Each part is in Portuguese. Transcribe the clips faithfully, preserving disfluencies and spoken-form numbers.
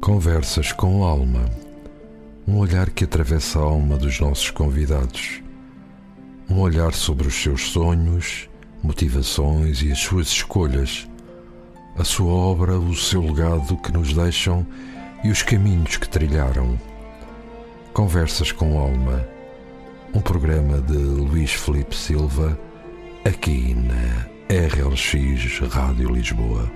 Conversas com alma, um olhar que atravessa a alma dos nossos convidados, um olhar sobre os seus sonhos, motivações e as suas escolhas, a sua obra, o seu legado que nos deixam e os caminhos que trilharam. Conversas com alma, um programa de Luís Filipe Silva, aqui na R L X Rádio Lisboa.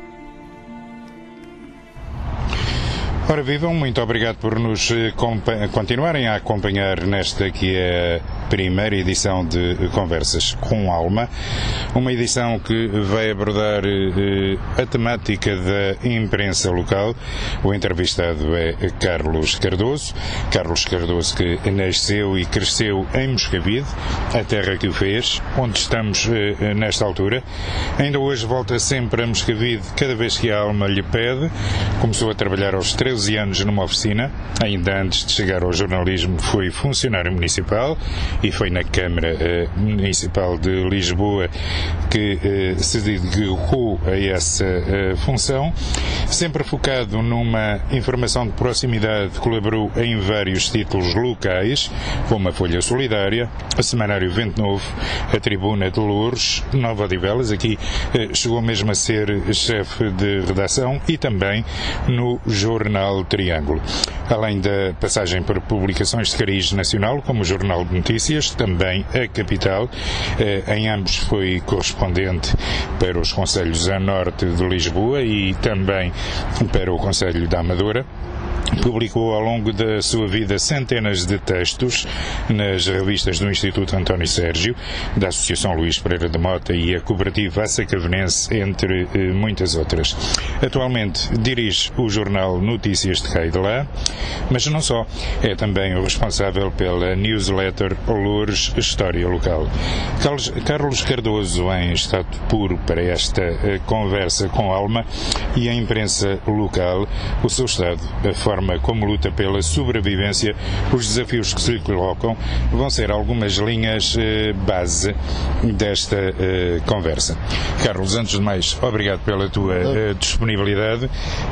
Ora vivam, muito obrigado por nos continuarem a acompanhar nesta que é a primeira edição de Conversas com Alma, uma edição que vai abordar eh, a temática da imprensa local. O entrevistado é Carlos Cardoso, Carlos Cardoso que nasceu e cresceu em Moscavide, a terra que o fez, onde estamos eh, nesta altura. Ainda hoje volta sempre a Moscavide cada vez que a alma lhe pede. Começou a trabalhar aos treze anos numa oficina, ainda antes de chegar ao jornalismo foi funcionário municipal e foi na Câmara eh, Municipal de Lisboa que eh, se dedicou a essa eh, função. Sempre focado numa informação de proximidade, colaborou em vários títulos locais, como a Folha Solidária, a Semanário Vento Novo, a Tribuna de Loures, Nova Odivelas, aqui eh, chegou mesmo a ser chefe de redação, e também no Jornal Triângulo. Além da passagem por publicações de cariz nacional, como o Jornal de Notícias, também a Capital, eh, em ambos foi correspondente para os concelhos a norte de Lisboa e também para o Concelho da Amadora. Publicou ao longo da sua vida centenas de textos nas revistas do Instituto António Sérgio, da Associação Luís Pereira de Mota e a Cooperativa Açacavenense, entre eh, muitas outras. Atualmente dirige o jornal Notícias de Cá e de Lá, mas não só, é também o responsável pela newsletter Loures História Local. Carlos, Carlos Cardoso, em estado puro para esta eh, conversa com alma, e a imprensa local, o seu estado, a forma como luta pela sobrevivência, os desafios que se colocam, vão ser algumas linhas eh, base desta eh, conversa. Carlos, antes de mais, obrigado pela tua eh, disponibilidade.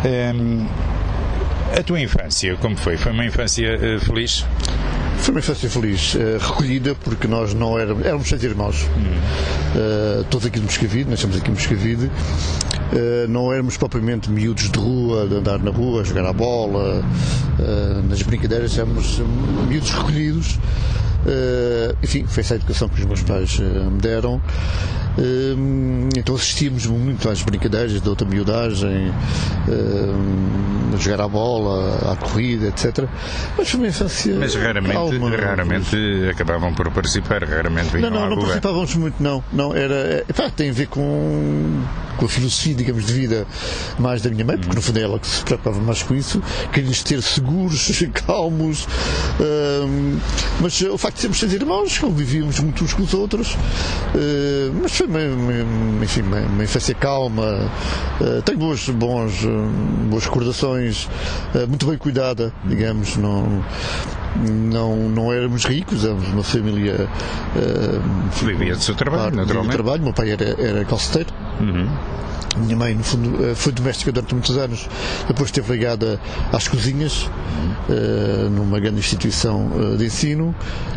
Um, a tua infância, como foi? Foi uma infância eh, feliz? Foi uma infância feliz, uh, recolhida, porque nós não éramos, éramos seis irmãos, uh, todos aqui de Moscavide, nascemos aqui em Moscavide, uh, não éramos propriamente miúdos de rua, de andar na rua, jogar à bola, uh, nas brincadeiras, éramos miúdos recolhidos. Uh, enfim, foi essa a educação que os meus pais uh, me deram. Uh, então assistíamos muito às brincadeiras de outra miudagem, uh, a jogar à bola, à corrida, etcétera. Mas foi uma infância. Mas raramente, calma, raramente acabavam por participar, raramente vinham Não, não, à não rua. participávamos muito, não. Não era, epá, tem a ver com, com a filosofia, digamos, de vida mais da minha mãe, porque no fundo é ela que se preocupava mais com isso, queria-nos ter seguros, calmos, uh, mas o facto de sermos seis irmãos, convivíamos muito uns com os outros, uh, mas foi uma, uma, enfim, uma, uma infância calma, uh, tenho boas, bons, uh, boas recordações, uh, muito bem cuidada, digamos, não, não, não éramos ricos, éramos uma família uh, vivia do seu trabalho, claro, naturalmente. Do trabalho. Meu pai era, era calceteiro. Uhum. Minha mãe, no fundo, foi doméstica durante muitos anos, depois esteve ligada às cozinhas, uh, numa grande instituição uh, de ensino.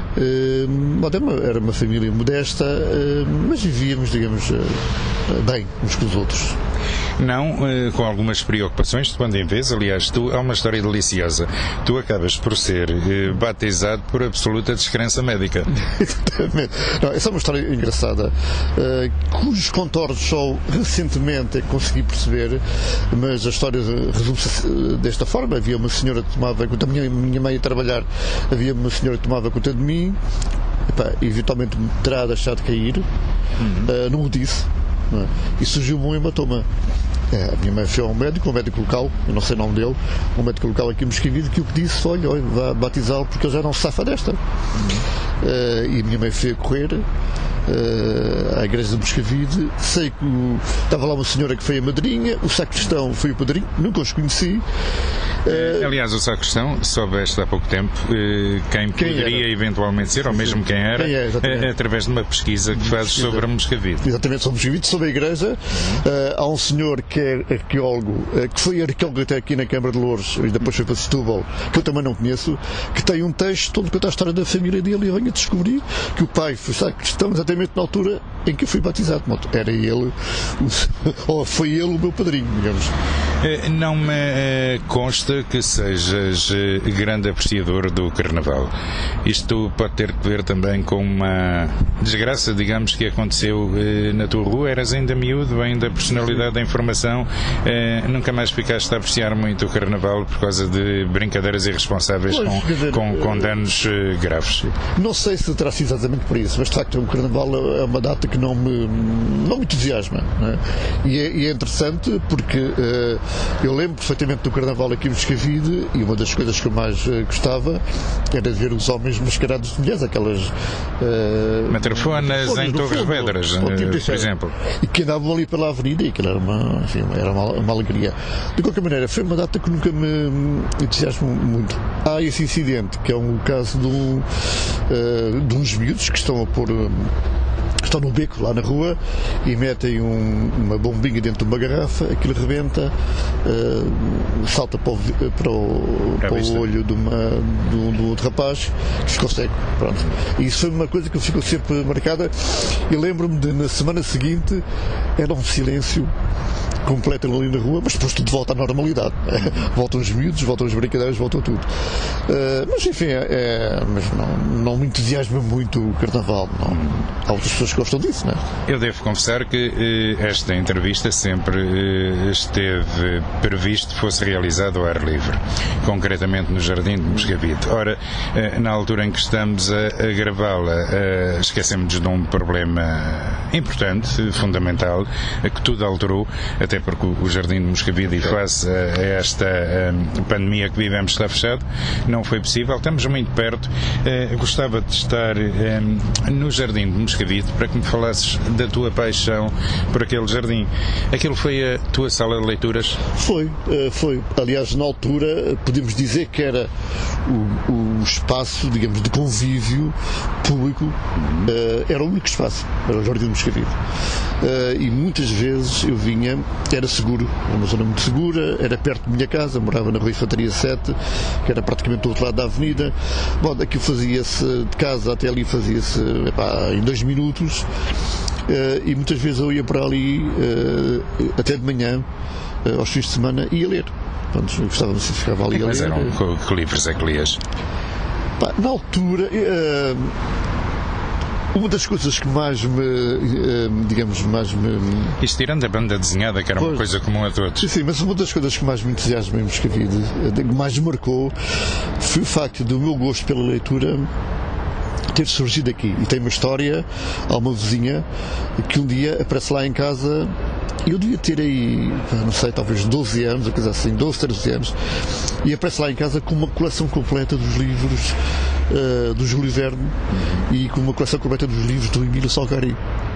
Uh, era uma família modesta, uh, mas vivíamos, digamos, uh, bem uns com os outros. Não, uh, com algumas preocupações de quando em vez. Aliás, tu, há uma história deliciosa. Tu acabas por ser uh, batizado por absoluta descrença médica. Exatamente. Não, essa é uma história engraçada, uh, cujos contornos só recentemente é que consegui perceber, mas a história resume-se desta forma. Havia uma senhora que tomava conta, a minha, minha mãe a trabalhar, havia uma senhora que tomava conta de mim, epá, eventualmente me terá deixado cair, uhum. uh, não o disse, não é? E surgiu-me um hematoma. É, a minha mãe foi ao médico, um médico local, eu não sei o nome dele, um médico local aqui em Moscavide, que o que disse foi: olha, vá batizá-lo porque ele já não se safa desta. Uhum. uh, e a minha mãe foi a correr uh, à igreja de Moscavide. Sei que o, estava lá uma senhora que foi a madrinha, o sacristão foi o padrinho, nunca os conheci. Uh, Aliás, o sacristão, soubeste há pouco tempo uh, quem, quem poderia era? eventualmente ser, ou mesmo quem era, quem é, uh, através de uma pesquisa que fazes pesquisa. sobre a Moscavide. Exatamente, sobre Moscavide, sobre a igreja. Uh, há um senhor que é arqueólogo, uh, que foi arqueólogo até aqui na Câmara de Louros, e depois foi para Setúbal, que eu também não conheço, que tem um texto onde conta a história da família dele, e eu venho a descobrir que o pai foi sacristão exatamente na altura em que eu fui batizado. Era ele, o, ou foi ele o meu padrinho, digamos. Uh, não me uh, consta que sejas uh, grande apreciador do Carnaval. Isto pode ter que ver também com uma desgraça, digamos, que aconteceu uh, na tua rua. Eras ainda miúdo, ainda personalidade da informação, uh, nunca mais ficaste a apreciar muito o Carnaval por causa de brincadeiras irresponsáveis pois, com, dizer, com, com danos uh, graves. Não sei se terá sido exatamente por isso, mas de facto o Carnaval é uma data que não me, não me entusiasma, não é? E, é, e é interessante porque uh, eu lembro perfeitamente do Carnaval aqui em Moscavide, e uma das coisas que eu mais uh, gostava era de ver os homens mascarados de mulheres, aquelas uh, matrafonas em Torres Vedras, uh, por exemplo, e que andavam ali pela avenida, e aquilo era uma, enfim, era uma, uma alegria. De qualquer maneira, foi uma data que nunca me entusiasmou muito. Há esse incidente, que é um caso de, um, uh, de uns miúdos que estão a pôr um, estão no beco lá na rua e metem um, uma bombinha dentro de uma garrafa, aquilo rebenta, uh, salta para o, para o, para o olho de, uma, de, um, de um outro rapaz que ficou cego. Pronto. E isso foi uma coisa que ficou sempre marcada, e lembro-me de na semana seguinte era um silêncio completo ali na rua, mas depois tudo volta à normalidade. Voltam os miúdos, voltam as brincadeiras, voltam tudo. Uh, mas enfim, é, é, mas não, não me entusiasma muito o Carnaval. Não. Há outras pessoas que gostam disso, não é? Eu devo confessar que eh, esta entrevista sempre eh, esteve previsto que fosse realizada ao ar livre, concretamente no Jardim de Moscavide. Ora, eh, na altura em que estamos a, a gravá-la, eh, esquecemos de um problema importante, fundamental, que tudo alterou, até porque o Jardim de Moscavide, e face a esta a pandemia que vivemos, está fechado, não foi possível. Estamos muito perto. Uh, gostava de estar um, no Jardim de Moscavide para que me falasses da tua paixão por aquele jardim. Aquilo foi a tua sala de leituras? Foi, uh, foi. Aliás, na altura, podemos dizer que era o, o espaço, digamos, de convívio público, uh, era o único espaço, era o Jardim de Moscavide. Uh, e muitas vezes eu vinha, era seguro, era uma zona muito segura, era perto da minha casa, morava na Rua Infantaria sete, que era praticamente do outro lado da avenida. Bom, daqui fazia-se, de casa até ali fazia-se epá, em dois minutos, uh, e muitas vezes eu ia para ali uh, até de manhã, uh, aos fins de semana, e ia ler. Pronto, eu gostava de ficava ali a ler. Mas eram, que livros é que lias? Pá, na altura... Uh, Uma das coisas que mais me, digamos, mais me... Isto tirando a banda desenhada, que era pois, uma coisa comum a todos. Sim, sim, mas uma das coisas que mais me entusiasma em Moscavide, que mais me marcou, foi o facto do meu gosto pela leitura ter surgido aqui. E tem uma história, há uma vizinha que um dia aparece lá em casa, e eu devia ter aí, não sei, talvez doze anos, ou coisa assim, doze, treze anos, e aparece lá em casa com uma coleção completa dos livros Uh, do Júlio Verne, e com uma coleção completa dos livros do Emílio Salgari.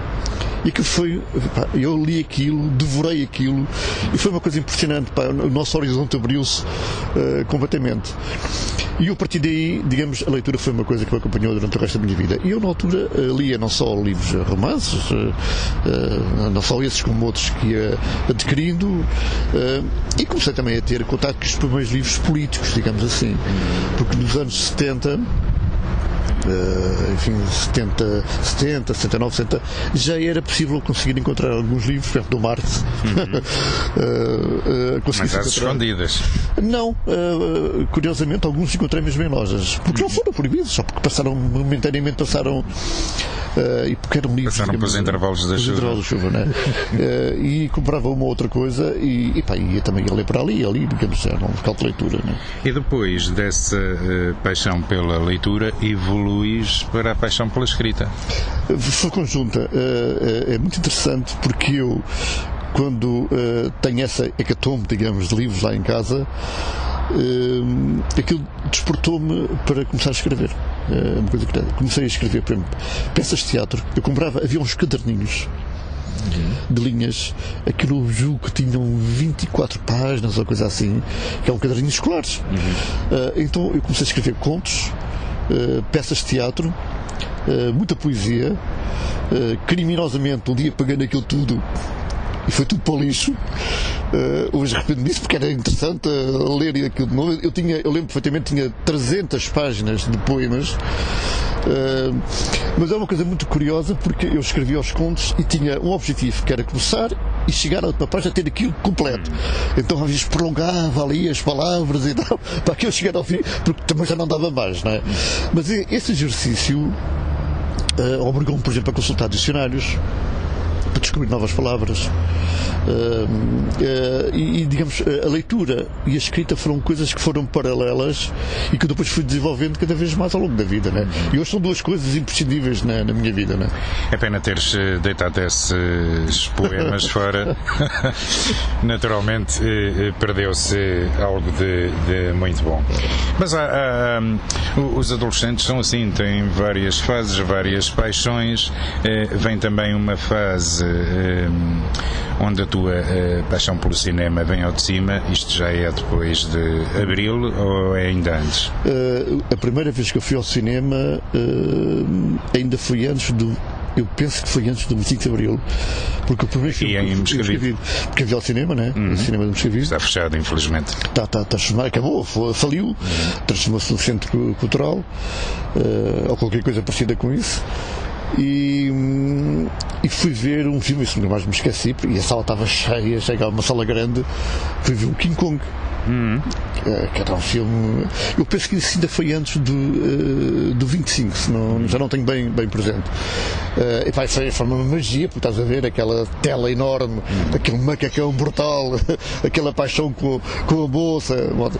E que foi, pá, eu li aquilo, devorei aquilo, e foi uma coisa impressionante, pá, o nosso horizonte abriu-se uh, completamente. E eu, a partir daí, digamos, a leitura foi uma coisa que me acompanhou durante o resto da minha vida. E eu, na altura, uh, lia não só livros, uh, romances, uh, uh, não só esses como outros que ia adquirindo, uh, e comecei também a ter contato com os primeiros livros políticos, digamos assim, porque nos anos setenta, Uh, enfim, setenta, setenta, setenta e nove, setenta, já era possível conseguir encontrar alguns livros, por exemplo, do Marx. Uhum. uh, uh, Mas às escondidas? Não, uh, curiosamente, alguns encontrei mesmo em lojas, porque uhum. não foram proibidos, só porque passaram, momentaneamente passaram. Uh, e porque eram livros. Passaram pelos intervalos da chuva. Intervalos da chuva, né? uh, e comprava uma outra coisa e, e pá, ia também ia ler para ali, ali, digamos, era um local de leitura. Né? E depois dessa uh, paixão pela leitura, evoluís para a paixão pela escrita? Uh, foi conjunta. Uh, uh, é muito interessante porque eu, quando uh, tenho essa hecatombe, digamos, de livros lá em casa, uh, aquilo despertou-me para começar a escrever. uma coisa que comecei a escrever, por exemplo, peças de teatro. Eu comprava, havia uns caderninhos de linhas, aquilo julgo que tinham vinte e quatro páginas ou coisa assim, que eram caderninhos escolares. Uhum. Uh, então eu comecei a escrever contos, uh, peças de teatro, uh, muita poesia. Uh, criminosamente um dia peguei naquilo tudo e foi tudo para o lixo. Uh, hoje arrependo-me disso porque era interessante uh, ler aquilo de novo. Eu, tinha, eu lembro perfeitamente, tinha trezentas páginas de poemas. Uh, mas é uma coisa muito curiosa porque eu escrevia os contos e tinha um objetivo, que era começar e chegar à última página a ter aquilo completo. Então às vezes prolongava ali as palavras e tal, para que eu chegar ao fim, porque também já não dava mais, não é? Mas esse exercício uh, obrigou-me, por exemplo, a consultar dicionários para descobrir novas palavras. Uh, uh, e, e digamos, a leitura e a escrita foram coisas que foram paralelas e que depois fui desenvolvendo cada vez mais ao longo da vida, né? E hoje são duas coisas imprescindíveis na, na minha vida, né? É pena teres deitado esses poemas fora. Naturalmente eh, perdeu-se algo de, de muito bom. Mas há, há, os adolescentes são assim, têm várias fases, várias paixões. Eh, vem também uma fase eh, onde a tua uh, paixão pelo cinema vem ao de cima. Isto já é depois de Abril ou é ainda antes? Uh, a primeira vez que eu fui ao cinema uh, ainda foi antes do... Eu penso que foi antes do vinte e cinco de Abril, porque o primeiro filme em Moscavide, porque havia o cinema, né? Uhum. O cinema de Moscavide está fechado, infelizmente. Está, está, está transformado, acabou, faliu, uhum. Transformou-se num centro cultural uh, ou qualquer coisa parecida com isso. E, e fui ver um filme, isso nunca mais me esqueci, e a sala estava cheia, chegava uma sala grande, fui ver o King Kong. Uhum. Que era um filme, eu penso que isso ainda foi antes do, uh, do vinte e cinco, se não, já não tenho bem, bem presente. Uh, e pá, foi, foi uma magia, porque estás a ver aquela tela enorme, uhum. Aquele macacão brutal, aquela paixão com, com a moça.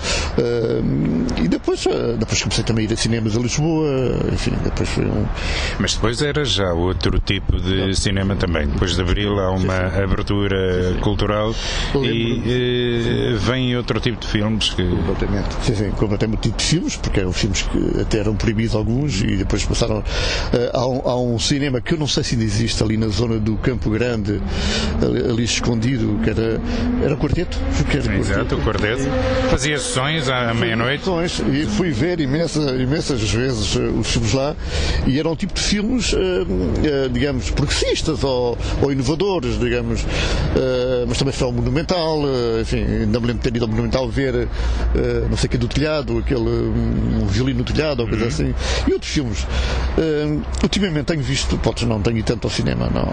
Uh, e depois, uh, depois comecei também a ir a cinemas a Lisboa, enfim, depois foi um. Mas depois era já outro tipo de não. cinema também. Depois de Abril há uma sim, sim. abertura sim, sim. cultural e uh, vem outro tipo de filmes que... Completamente. Sim, sim, completamente tipo de filmes, porque eram filmes que até eram proibidos alguns e depois passaram. Uh, há, um, há um cinema que eu não sei se ainda existe ali na zona do Campo Grande, ali, ali escondido, que era, era o Quarteto. Que era Exato, o Quarteto. Fazia sessões à meia-noite. E fui ver imensa, imensas vezes uh, os filmes lá e eram um tipo de filmes, uh, uh, digamos, progressistas ou, ou inovadores, digamos, uh, mas também foi ao Monumental, uh, enfim, ainda me lembro de ter ido ao Monumental ver uh, não sei o que do telhado, aquele um violino no telhado ou coisa uhum. assim, e outros filmes. Uh, ultimamente tenho visto, podes não tenho ido tanto ao cinema, não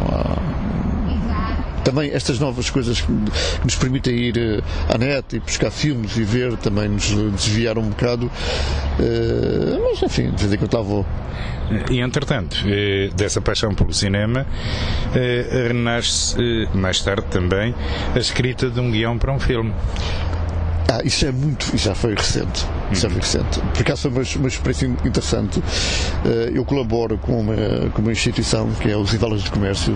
há... também estas novas coisas que nos permitem ir à net e buscar filmes e ver também nos desviaram um bocado, uh, mas enfim, de vez em quando lá vou. E entretanto, dessa paixão pelo cinema, renasce mais tarde também a escrita de um guião para um filme. Ah, isso é muito, isso já foi recente, isso já foi recente. Por acaso foi uma, uma experiência interessante. Eu colaboro com uma, com uma instituição que é os Rivalas de Comércio.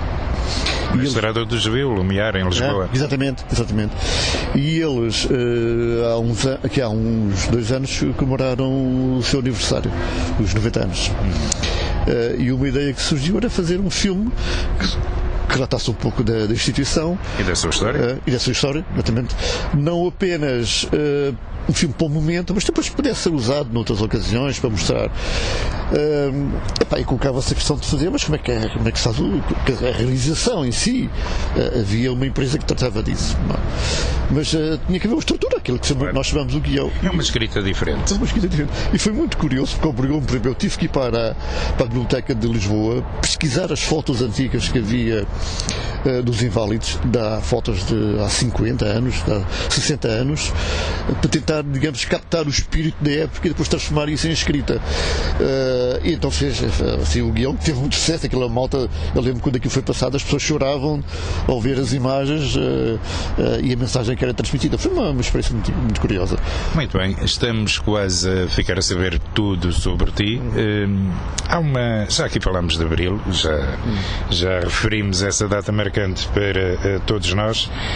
Na Estrada do Jovil, Lumiar, em Lisboa. É, exatamente, exatamente. E eles, uh, há, uns, aqui há uns dois anos, comemoraram o seu aniversário, os noventa anos. Uh, e uma ideia que surgiu era fazer um filme que, que relatasse um pouco da, da instituição. E da sua história. Uh, e da sua história, exatamente. Não apenas uh, um filme para o momento, mas depois pudesse ser usado noutras ocasiões para mostrar. Uh, epá, e colocava-se a questão de fazer, mas como é que, é, como é que se faz o, a realização em si? Uh, havia uma empresa que tratava disso. Não. Mas uh, tinha que haver uma estrutura, aquilo que claro. Nós chamamos o guião. É uma escrita diferente. É uma escrita diferente. E foi muito curioso, porque obrigou-me, por exemplo, eu tive que ir para a, para a Biblioteca de Lisboa pesquisar as fotos antigas que havia uh, dos inválidos, há fotos de há cinquenta anos, há sessenta anos, uh, para tentar, digamos, captar o espírito da época e depois transformar isso em escrita. Uh, e então fez assim, o guião, que teve muito sucesso, aquela malta, eu lembro quando aquilo foi passado, as pessoas choravam ao ver as imagens uh, uh, e a mensagem que era transmitida. Foi uma, uma experiência muito, muito curiosa. Muito bem, estamos quase a ficar a saber tudo sobre ti. Uh, há uma, já aqui falamos de Abril, já, já referimos essa data marcante para uh, todos nós.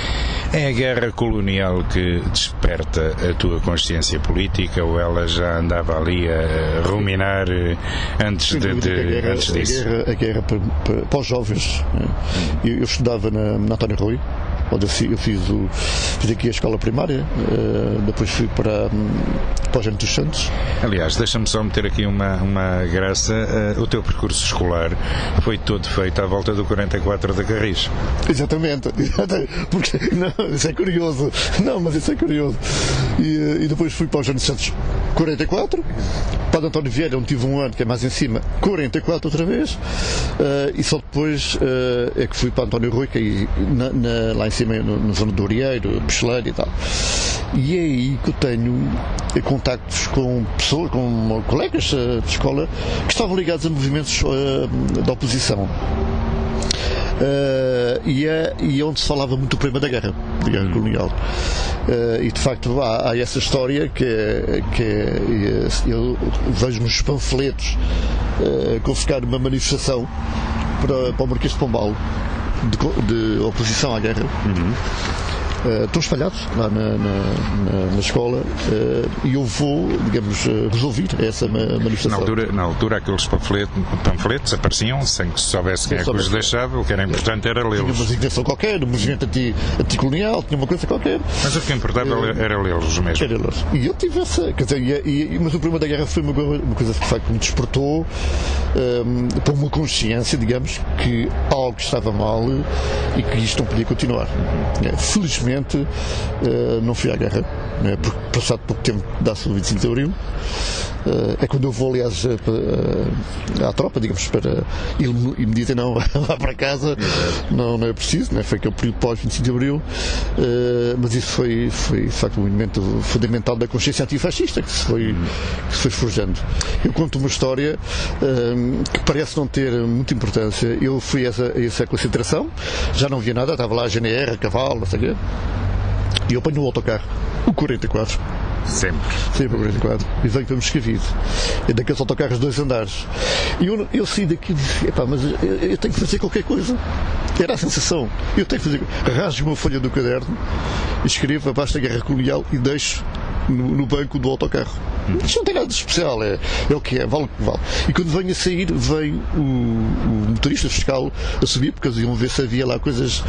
É a guerra colonial que desperta a tua consciência política ou ela já andava ali a ruminar antes, de, de, a guerra, antes disso? A guerra, a guerra para, para, para os jovens. Né? Eu, eu estudava na, na António Rui, onde eu fiz, eu fiz, o, fiz aqui a escola primária, uh, depois fui para, um, para o Gênero dos Santos. Aliás, deixa-me só meter aqui uma, uma graça. Uh, o teu percurso escolar foi todo feito à volta do quarenta e quatro da Carris. Exatamente, exatamente. Porque, não, isso é curioso. Não, mas isso é curioso. E, e depois fui para o Gênero dos Santos quarenta e quatro, para o António Vieira, onde tive um ano, que é mais em cima, quarenta e quatro outra vez, uh, e só depois uh, é que fui para António Rui, que aí, na, na, lá em cima, no, na zona do Orieiro, Pesteleiro e tal. E é aí que eu tenho contactos com pessoas, com colegas uh, de escola, que estavam ligados a movimentos uh, da oposição. Uh, e, é, e onde se falava muito do problema da guerra, da guerra colonial. Uh, e de facto há, há essa história que é, que é, eu vejo nos panfletos uh, convocar uma manifestação para, para o Marquês de Pombal de, de oposição à guerra. Uhum. Uh, estão espalhados lá na, na, na, na escola uh, e eu vou, digamos, uh, resolver essa manifestação. Na altura, na altura aqueles panfletos, panfletos apareciam sem que se soubesse quem é que os deixava, o que era importante era lê-los. Tinha uma designação qualquer, um movimento anti, anticolonial, tinha uma coisa qualquer. Mas o que importava uh, era lê-los mesmo. Era lê-los. E eu tive essa, quer dizer, e, e, mas o problema da guerra foi uma, uma coisa que, de facto, me despertou um, para uma consciência, digamos, que algo estava mal e que isto não podia continuar. Felizmente Uh, não fui à guerra, né, porque passado pouco tempo dá-se o vinte e cinco de Abril. Uh, é quando eu vou, aliás, uh, uh, à tropa, digamos, para e me dizem não, vá para casa, não, não é preciso, né, foi aquele período pós vinte e cinco de Abril, uh, mas isso foi, foi de facto um elemento fundamental da consciência antifascista que se foi, que se foi forjando. Eu conto uma história uh, que parece não ter muita importância. Eu fui a essa, a essa concentração, já não via nada, estava lá a G N R, a cavalo, não sei o quê. E eu apanho o autocarro, o quarenta e quatro. Sempre. Sempre o quarenta e quatro. E venho para Moscavide. É daqueles autocarros de dois andares. E eu, eu saí daqui e disse, epá, mas eu, eu tenho que fazer qualquer coisa. Era a sensação. Eu tenho que fazer. Rasgo uma folha do caderno, escrevo abaixo da guerra colonial e deixo no, no banco do autocarro. Hum. Isto não tem nada de especial. É, é o que é, vale o que vale. E quando venho a sair, vem o, o motorista fiscal a subir, porque eles iam ver se havia lá coisas.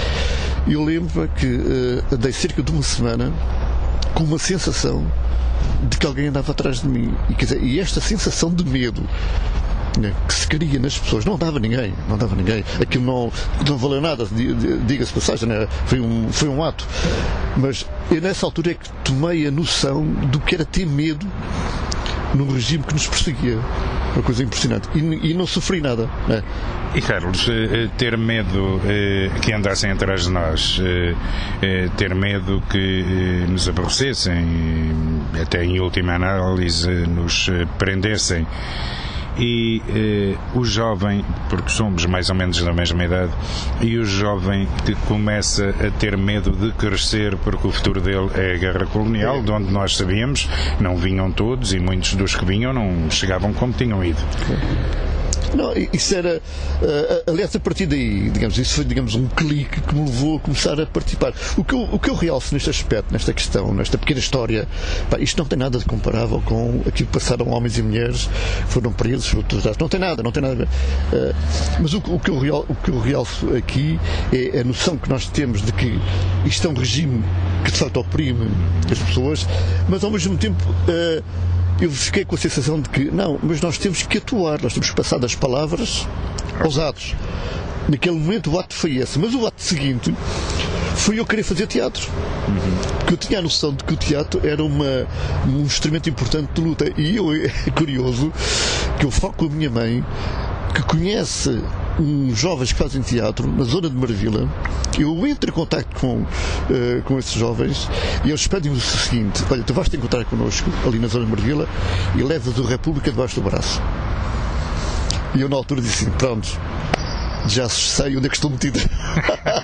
E eu lembro-me que uh, andei cerca de uma semana com uma sensação de que alguém andava atrás de mim. E, quer dizer, e esta sensação de medo, né, que se cria nas pessoas, não dava ninguém, não dava ninguém. Aquilo não, não valeu nada, diga-se passagem, né? foi, um, foi um ato. Mas eu nessa altura é que tomei a noção do que era ter medo num regime que nos perseguia. Uma coisa impressionante. E, e não sofri nada. Né? E Carlos, ter medo que andassem atrás de nós, ter medo que nos aborrecessem, até em última análise nos prendessem, e eh, o jovem, porque somos mais ou menos da mesma idade, e o jovem que começa a ter medo de crescer porque o futuro dele é a guerra colonial, de onde nós sabíamos, não vinham todos e muitos dos que vinham não chegavam como tinham ido. Não, isso era, uh, aliás, a partir daí, digamos, isso foi, digamos, um clique que me levou a começar a participar. O que eu, o que eu realço neste aspecto, nesta questão, nesta pequena história, pá, isto não tem nada de comparável com aquilo que passaram homens e mulheres que foram presos, torturados. Não tem nada, não tem nada a ver. Uh, mas o, o, que eu real, o que eu realço aqui é a noção que nós temos de que isto é um regime que de facto oprime as pessoas, mas ao mesmo tempo uh, eu fiquei com a sensação de que, não, mas nós temos que atuar, nós temos que passar das palavras aos atos. Naquele momento o ato foi esse, mas o ato seguinte foi eu querer fazer teatro. Uhum. Porque eu tinha a noção de que o teatro era uma, um instrumento importante de luta. E eu, é curioso que eu falo com a minha mãe, que conhece uns jovens que fazem teatro na zona de Marvila. Eu entro em contacto com, uh, com esses jovens e eles pedem-me o seguinte: olha, tu vais te encontrar connosco ali na zona de Marvila e levas o República debaixo do braço. E eu na altura disse assim: pronto, já sei onde é que estou metido.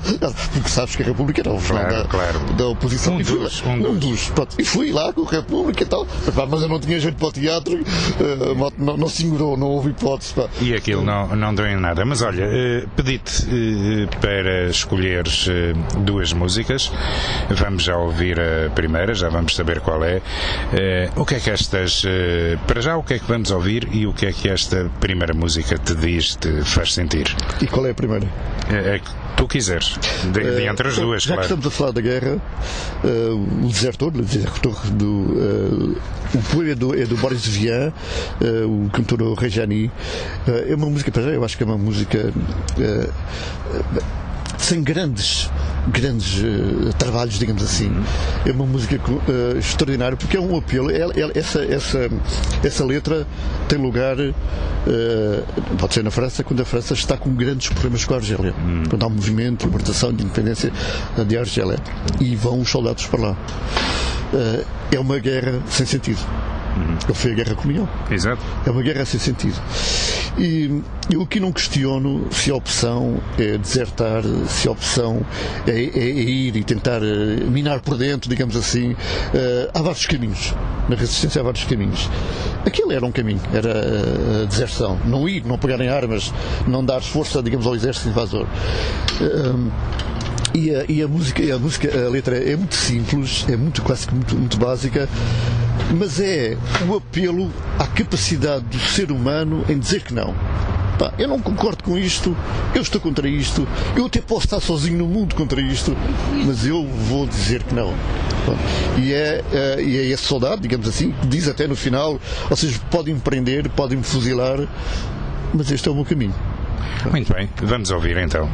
porque sabes que a República era o jornal Claro, da, claro. da oposição. Um E fui dos, lá- um dos. dos. Pronto, e fui lá com a República e tal, mas, pá, mas eu não tinha jeito para o teatro, eh, não, não segurou, não houve hipótese. Pá. E aquilo não, não deu em nada. Mas olha, eh, pedi-te eh, para escolheres eh, duas músicas. Vamos já ouvir a primeira, já vamos saber qual é. Eh, o que é que estas. eh, para já, o que é que vamos ouvir e o que é que esta primeira música te diz, te faz sentir? E qual é a primeira? É, é que tu quiseres. De, de entre as duas, Já claro. que estamos a falar da guerra, eh, o Desertor, o Desertor do. eh, o poema é do, é do Boris Vian, eh, o cantor Rejani. Eh, é uma música, para já, eu acho que é uma música. eh, eh, sem grandes grandes uh, trabalhos, digamos assim. É uma música uh, extraordinária, porque é um apelo. Ela, ela, essa, essa, essa letra tem lugar, uh, pode ser na França, quando a França está com grandes problemas com a Argélia. Hum. Quando há um movimento de libertação, de independência de Argélia. E vão os soldados para lá. Uh, é uma guerra sem sentido. Ele foi a guerra colonial. Exato. É uma guerra sem sentido. E eu aqui não questiono se a opção é desertar, se a opção é, é, é ir e tentar uh, minar por dentro, digamos assim. Uh, há vários caminhos. Na resistência há vários caminhos. Aquele era um caminho, era a deserção. Não ir, não pegarem armas, não dar força, digamos, ao exército invasor. Uh, E a, e a música, a música, a letra é muito simples, é muito clássica, muito, muito básica, mas é o apelo à capacidade do ser humano em dizer que não. Pá, eu não concordo com isto, eu estou contra isto, eu até posso estar sozinho no mundo contra isto, mas eu vou dizer que não. Pá, e, é, é, e é esse soldado, digamos assim, que diz até no final, ou seja, podem-me prender, podem-me fuzilar, mas este é o meu caminho. Pá. Muito bem, vamos ouvir então.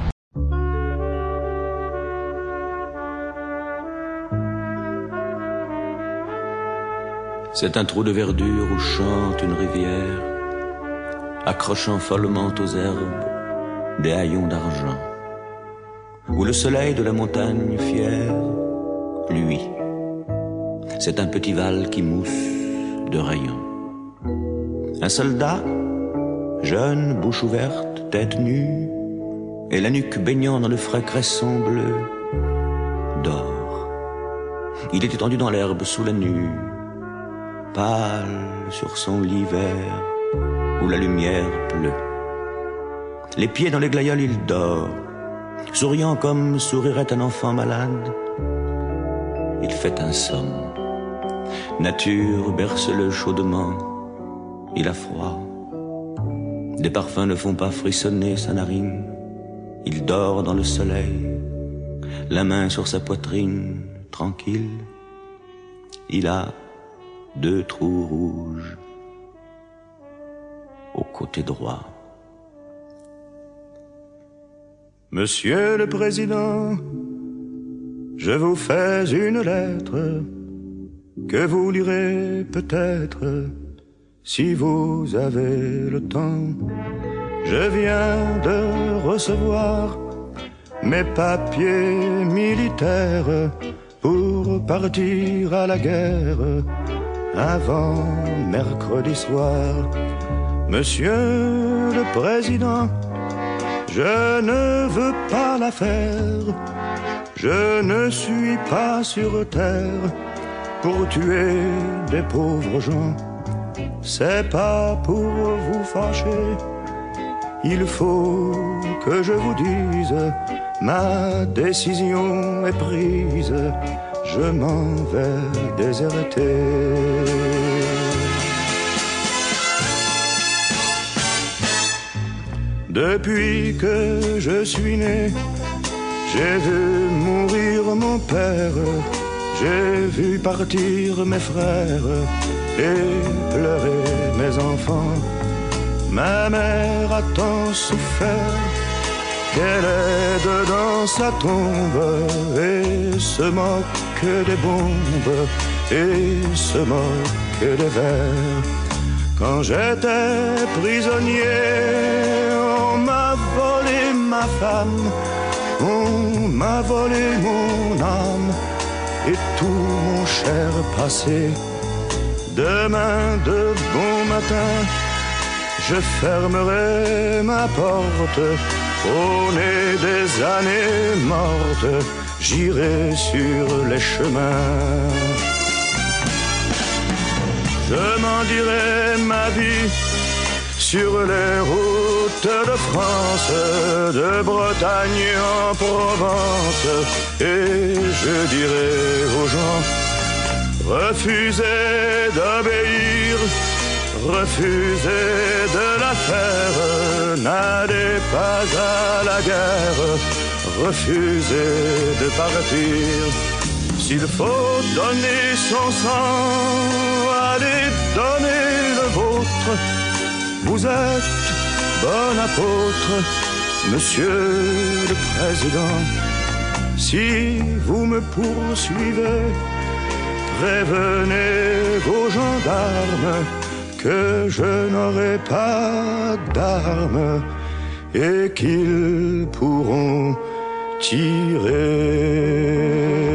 C'est un trou de verdure où chante une rivière, accrochant follement aux herbes des haillons d'argent, où le soleil de la montagne fière luit. C'est un petit val qui mousse de rayons. Un soldat, jeune, bouche ouverte, tête nue, et la nuque baignant dans le frais cresson bleu, dort. Il est étendu dans l'herbe sous la nue, pâle sur son lit vert où la lumière pleut. Les pieds dans les glaïeuls, il dort, souriant comme sourirait un enfant malade. Il fait un somme. Nature berce-le chaudement. Il a froid. Des parfums ne font pas frissonner sa narine. Il dort dans le soleil, la main sur sa poitrine, tranquille. Il a deux trous rouges au côté droit. Monsieur le Président, je vous fais une lettre que vous lirez peut-être si vous avez le temps. Je viens de recevoir mes papiers militaires pour partir à la guerre avant mercredi soir. Monsieur le Président, je ne veux pas la faire. Je ne suis pas sur terre pour tuer des pauvres gens. C'est pas pour vous fâcher. Il faut que je vous dise, ma décision est prise. Je m'en vais déserter. Depuis que je suis né, j'ai vu mourir mon père, j'ai vu partir mes frères et pleurer mes enfants. Ma mère a tant souffert qu'elle est dedans sa tombe et se moque des bombes et se moque des vers. Quand j'étais prisonnier, on m'a volé ma femme, on m'a volé mon âme et tout mon cher passé. Demain de bon matin, je fermerai ma porte Au nez des années mortes, j'irai sur les chemins. Je m'en dirai ma vie sur les routes de France, de Bretagne en Provence, et je dirai aux gens, refusez d'obéir, refusez de la faire, n'allez pas à la guerre, refusez de partir. S'il faut donner son sang, allez donner le vôtre. Vous êtes bon apôtre, Monsieur le Président. Si vous me poursuivez, prévenez vos gendarmes que je n'aurai pas d'armes et qu'ils pourront tirer.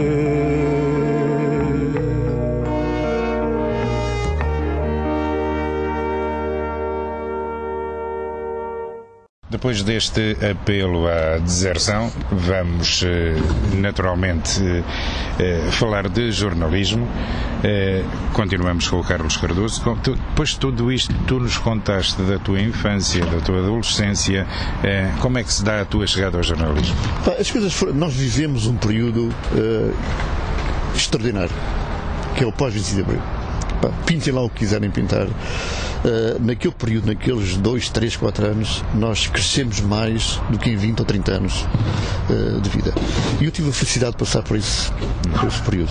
Depois deste apelo à deserção, vamos naturalmente falar de jornalismo. Continuamos com o Carlos Cardoso. Depois de tudo isto, tu nos contaste da tua infância, da tua adolescência. Como é que se dá a tua chegada ao jornalismo? As coisas foram, nós vivemos um período uh, extraordinário, que é o pós vinte e cinco de Abril. Pintem lá o que quiserem pintar. Uh, naquele período, naqueles dois, três, quatro anos, nós crescemos mais do que em vinte ou trinta anos uh, de vida. E eu tive a felicidade de passar por esse, por esse período.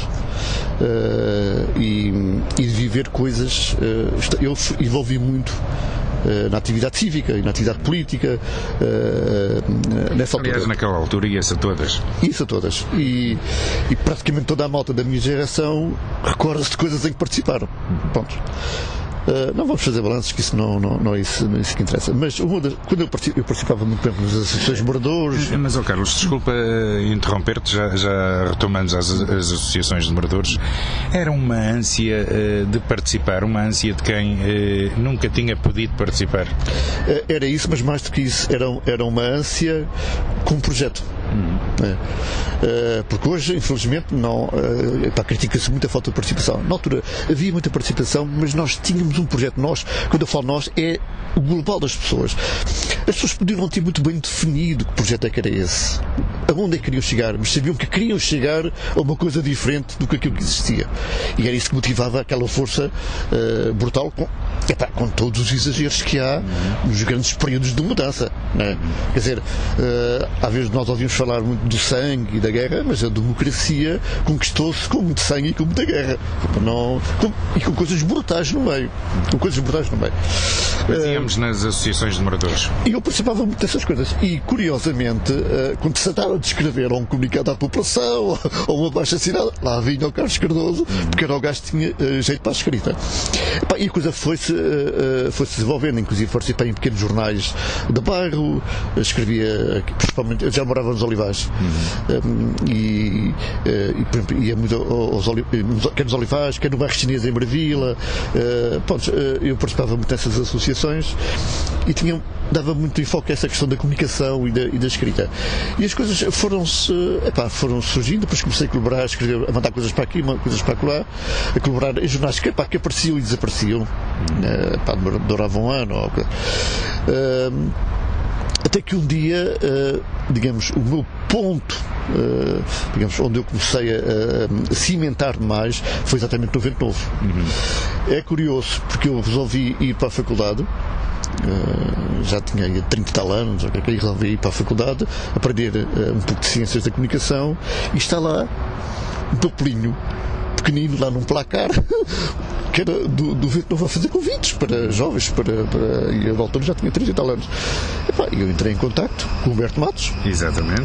Uh, e, e de viver coisas. Uh, eu envolvi muito uh, na atividade cívica e na atividade política. Uh, nessa Aliás, altura. naquela altura, e essa todas. Isso a todas. E, e praticamente toda a malta da minha geração recorda-se de coisas em que participaram. Ponto. Uh, não vamos fazer balanços, que isso não, não, não, é isso, não é isso que interessa. Mas uma das, quando eu participava, eu participava muito tempo nas associações de moradores. Mas, oh Carlos, desculpa interromper-te, já, já retomamos as, as associações de moradores. Era uma ânsia uh, de participar, uma ânsia de quem uh, nunca tinha podido participar? Uh, era isso, mas mais do que isso, era, era uma ânsia com um projeto. Uhum. É. Uh, porque hoje, infelizmente, não, uh, critica-se muito a falta de participação. Na altura havia muita participação, mas nós tínhamos um projeto. Nós, quando eu falo nós, é o global das pessoas. As pessoas podiam não ter muito bem definido que projeto é que era esse, aonde é que queriam chegar, mas sabiam que queriam chegar a uma coisa diferente do que aquilo que existia. E era isso que motivava aquela força uh, brutal, com, epá, com todos os exageros que há nos grandes períodos de mudança. Né? Quer dizer, uh, às vezes nós ouvimos falar muito do sangue e da guerra, mas a democracia conquistou-se com muito sangue e com muita guerra. Não, com, e com coisas brutais no meio. Com coisas brutais no meio. Fazíamos uh, nas associações de moradores. E eu participava muito dessas coisas. E, curiosamente, uh, quando se tratava de escrever ou um comunicado à população ou uma baixa assinada, lá vinha o Carlos Cardoso, porque era o gajo que tinha uh, jeito para a escrita. E a coisa foi-se uh, foi-se desenvolvendo. Inclusive participei em pequenos jornais de bairro, escrevia, principalmente, eu já morava nos Olivais. Uhum. Um, e, uh, e, por exemplo, ia muito aos Olivais, quer nos Olivais, quer no bairro chinês em Marvila. Uh, pronto, uh, eu participava muito dessas associações e tinha, dava muito enfoque a essa questão da comunicação e da, e da escrita. E as coisas foram-se, epá, foram surgindo. Depois comecei a colaborar, a escrever, a mandar coisas para aqui, coisas para lá, a colaborar em jornais que, epá, que apareciam e desapareciam. Uh, epá, duravam um ano. Ou, uh, até que um dia, uh, digamos, o meu ponto, uh, digamos, onde eu comecei a, a cimentar mais foi exatamente no Vento Novo. Uhum. É curioso, porque eu resolvi ir para a faculdade, uh, já tinha trinta e tal anos, okay, resolvi ir para a faculdade, aprender uh, um pouco de ciências da comunicação, e está lá um papelinho pequenino, lá num placar, que era do, do Vento Novo, a fazer convites para jovens, para, para, e eu, na altura, já tinha trinta e tal anos. E eu entrei em contacto com o Humberto Matos. Exatamente.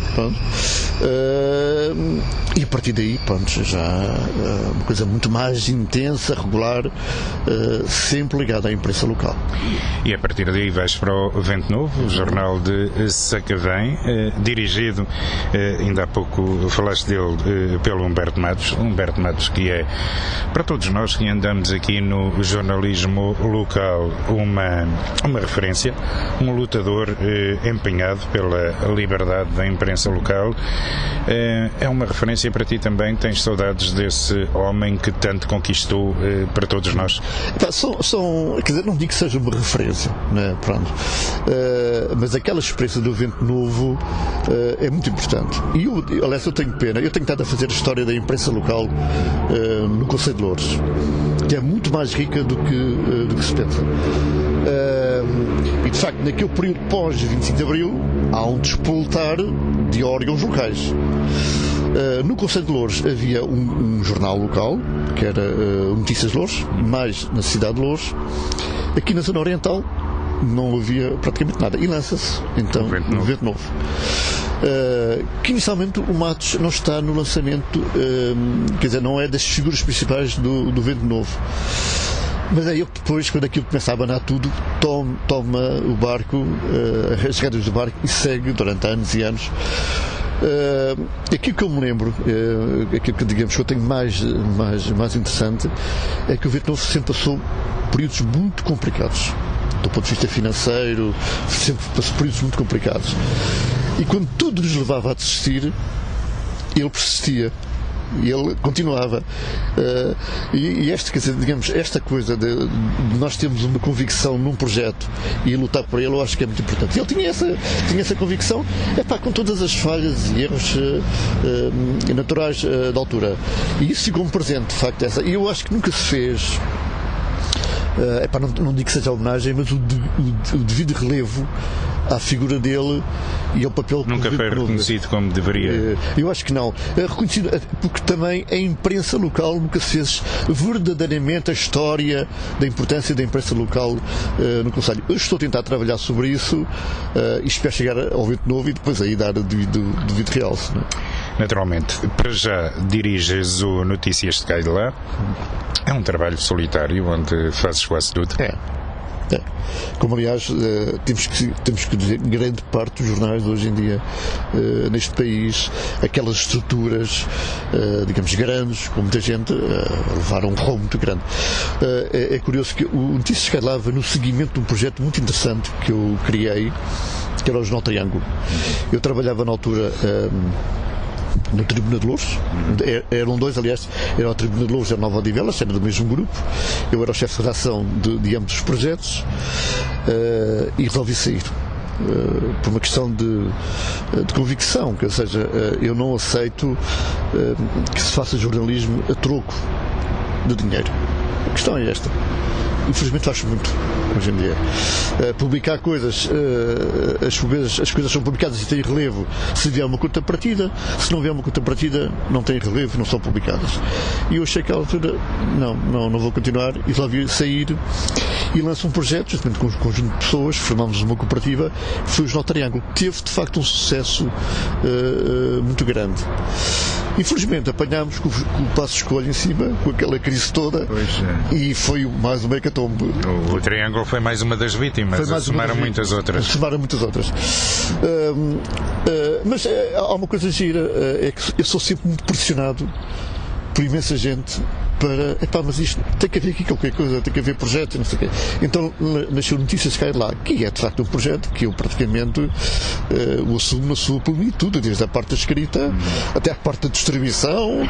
Uh, e a partir daí, pronto, já uh, uma coisa muito mais intensa, regular, uh, sempre ligada à imprensa local. E a partir daí vais para o Vento Novo, o jornal de Sacavém, uh, dirigido, uh, ainda há pouco falaste dele, uh, pelo Humberto Matos. Humberto Matos, que é, para todos nós que andamos aqui aqui no jornalismo local uma, uma referência, um lutador eh, empenhado pela liberdade da imprensa local. Eh, é uma referência para ti também? Tens saudades desse homem que tanto conquistou eh, para todos nós? Tá, são, são, quer dizer, não digo que seja uma referência, né? Pronto. Uh, mas aquela experiência do Vento Novo uh, é muito importante. E eu, aliás, eu tenho pena, eu tenho estado a fazer a história da imprensa local uh, no Conselho de Loures, que é muito mais rica do que, uh, do que se pensa. Uh, e de facto, naquele período pós vinte e cinco de Abril, há um despoltar de órgãos locais. Uh, no Conselho de Loures havia um, um jornal local, que era uh, Notícias de Loures, mais na cidade de Loures. Aqui na Zona Oriental não havia praticamente nada. E lança-se, então, o Vento Novo. Uh, que inicialmente o Matos não está no lançamento, uh, quer dizer, não é das figuras principais do, do Vento Novo. Mas é ele que depois, quando aquilo começa a abanar tudo, toma, toma o barco, uh, as rédeas do barco, e segue durante anos e anos. Uh, aquilo que eu me lembro, uh, aquilo que digamos que eu tenho mais, mais, mais interessante, é que o Vento Novo sempre passou períodos muito complicados. Do ponto de vista financeiro, sempre passou períodos muito complicados. E quando tudo nos levava a desistir, ele persistia. E ele continuava. Uh, e, e esta, quer dizer, digamos, esta coisa de, de nós termos uma convicção num projeto e lutar por ele, eu acho que é muito importante. E ele tinha essa, tinha essa convicção, é pá, com todas as falhas e erros uh, uh, naturais uh, da altura. E isso ficou-me presente, de facto. Essa. E eu acho que nunca se fez. Uh, epá, não, não digo que seja homenagem, mas o, de, o, o devido relevo à figura dele e ao papel que nunca foi reconhecido como deveria. Uh, eu acho que não. Uh, reconhecido, porque também a imprensa local nunca se fez verdadeiramente a história da importância da imprensa local uh, no Conselho. Eu estou a tentar trabalhar sobre isso uh, e espero chegar ao Vento Novo e depois aí dar o devido, devido realce. Não é? Naturalmente, para já diriges o Notícias de Cá e de Lá. É um trabalho solitário onde fazes quase tudo. É. É. Como aliás uh, temos, que, temos que dizer, grande parte dos jornais de hoje em dia uh, neste país, aquelas estruturas uh, digamos grandes, com muita gente, uh, levaram um rol muito grande. Uh, é, é curioso que o Notícias de Cá e de Lá vai no seguimento de um projeto muito interessante que eu criei, que era o Jornal Triângulo. Eu trabalhava na altura um, na Tribuna de Loures, eram dois, aliás, era a Tribuna de Loures e a Nova Odivelas, era do mesmo grupo. Eu era o chefe de redação de, de ambos os projetos uh, e resolvi sair. Uh, por uma questão de, de convicção, que, ou seja, uh, eu não aceito uh, que se faça jornalismo a troco de dinheiro. A questão é esta. Infelizmente faz muito hoje em dia. Uh, publicar coisas, uh, as, coisas, as coisas são publicadas e têm relevo se vier uma contrapartida, se não vier uma contrapartida não têm relevo e não são publicadas. E eu achei que à altura, não, não, não vou continuar, e resolvi sair e lanço um projeto, justamente com um conjunto de pessoas, formámos uma cooperativa, que foi o Jornal Triângulo, que teve de facto um sucesso uh, uh, muito grande. Infelizmente apanhámos com, com o Passo de Escolha em cima, com aquela crise toda, é. E foi mais uma hecatombe. O, o Triângulo foi mais uma das vítimas, somaram muitas outras. Somaram muitas outras. Uh, uh, mas uh, há uma coisa gira, uh, é que eu sou sempre muito pressionado por imensa gente para, epá, mas isto tem que haver aqui qualquer coisa, tem que haver projeto, não sei o quê. Então nasceu Notícias de Cá e de Lá, que é de facto um projeto que eu praticamente uh, o assumo na sua plenitude, desde a parte da escrita até a parte da distribuição.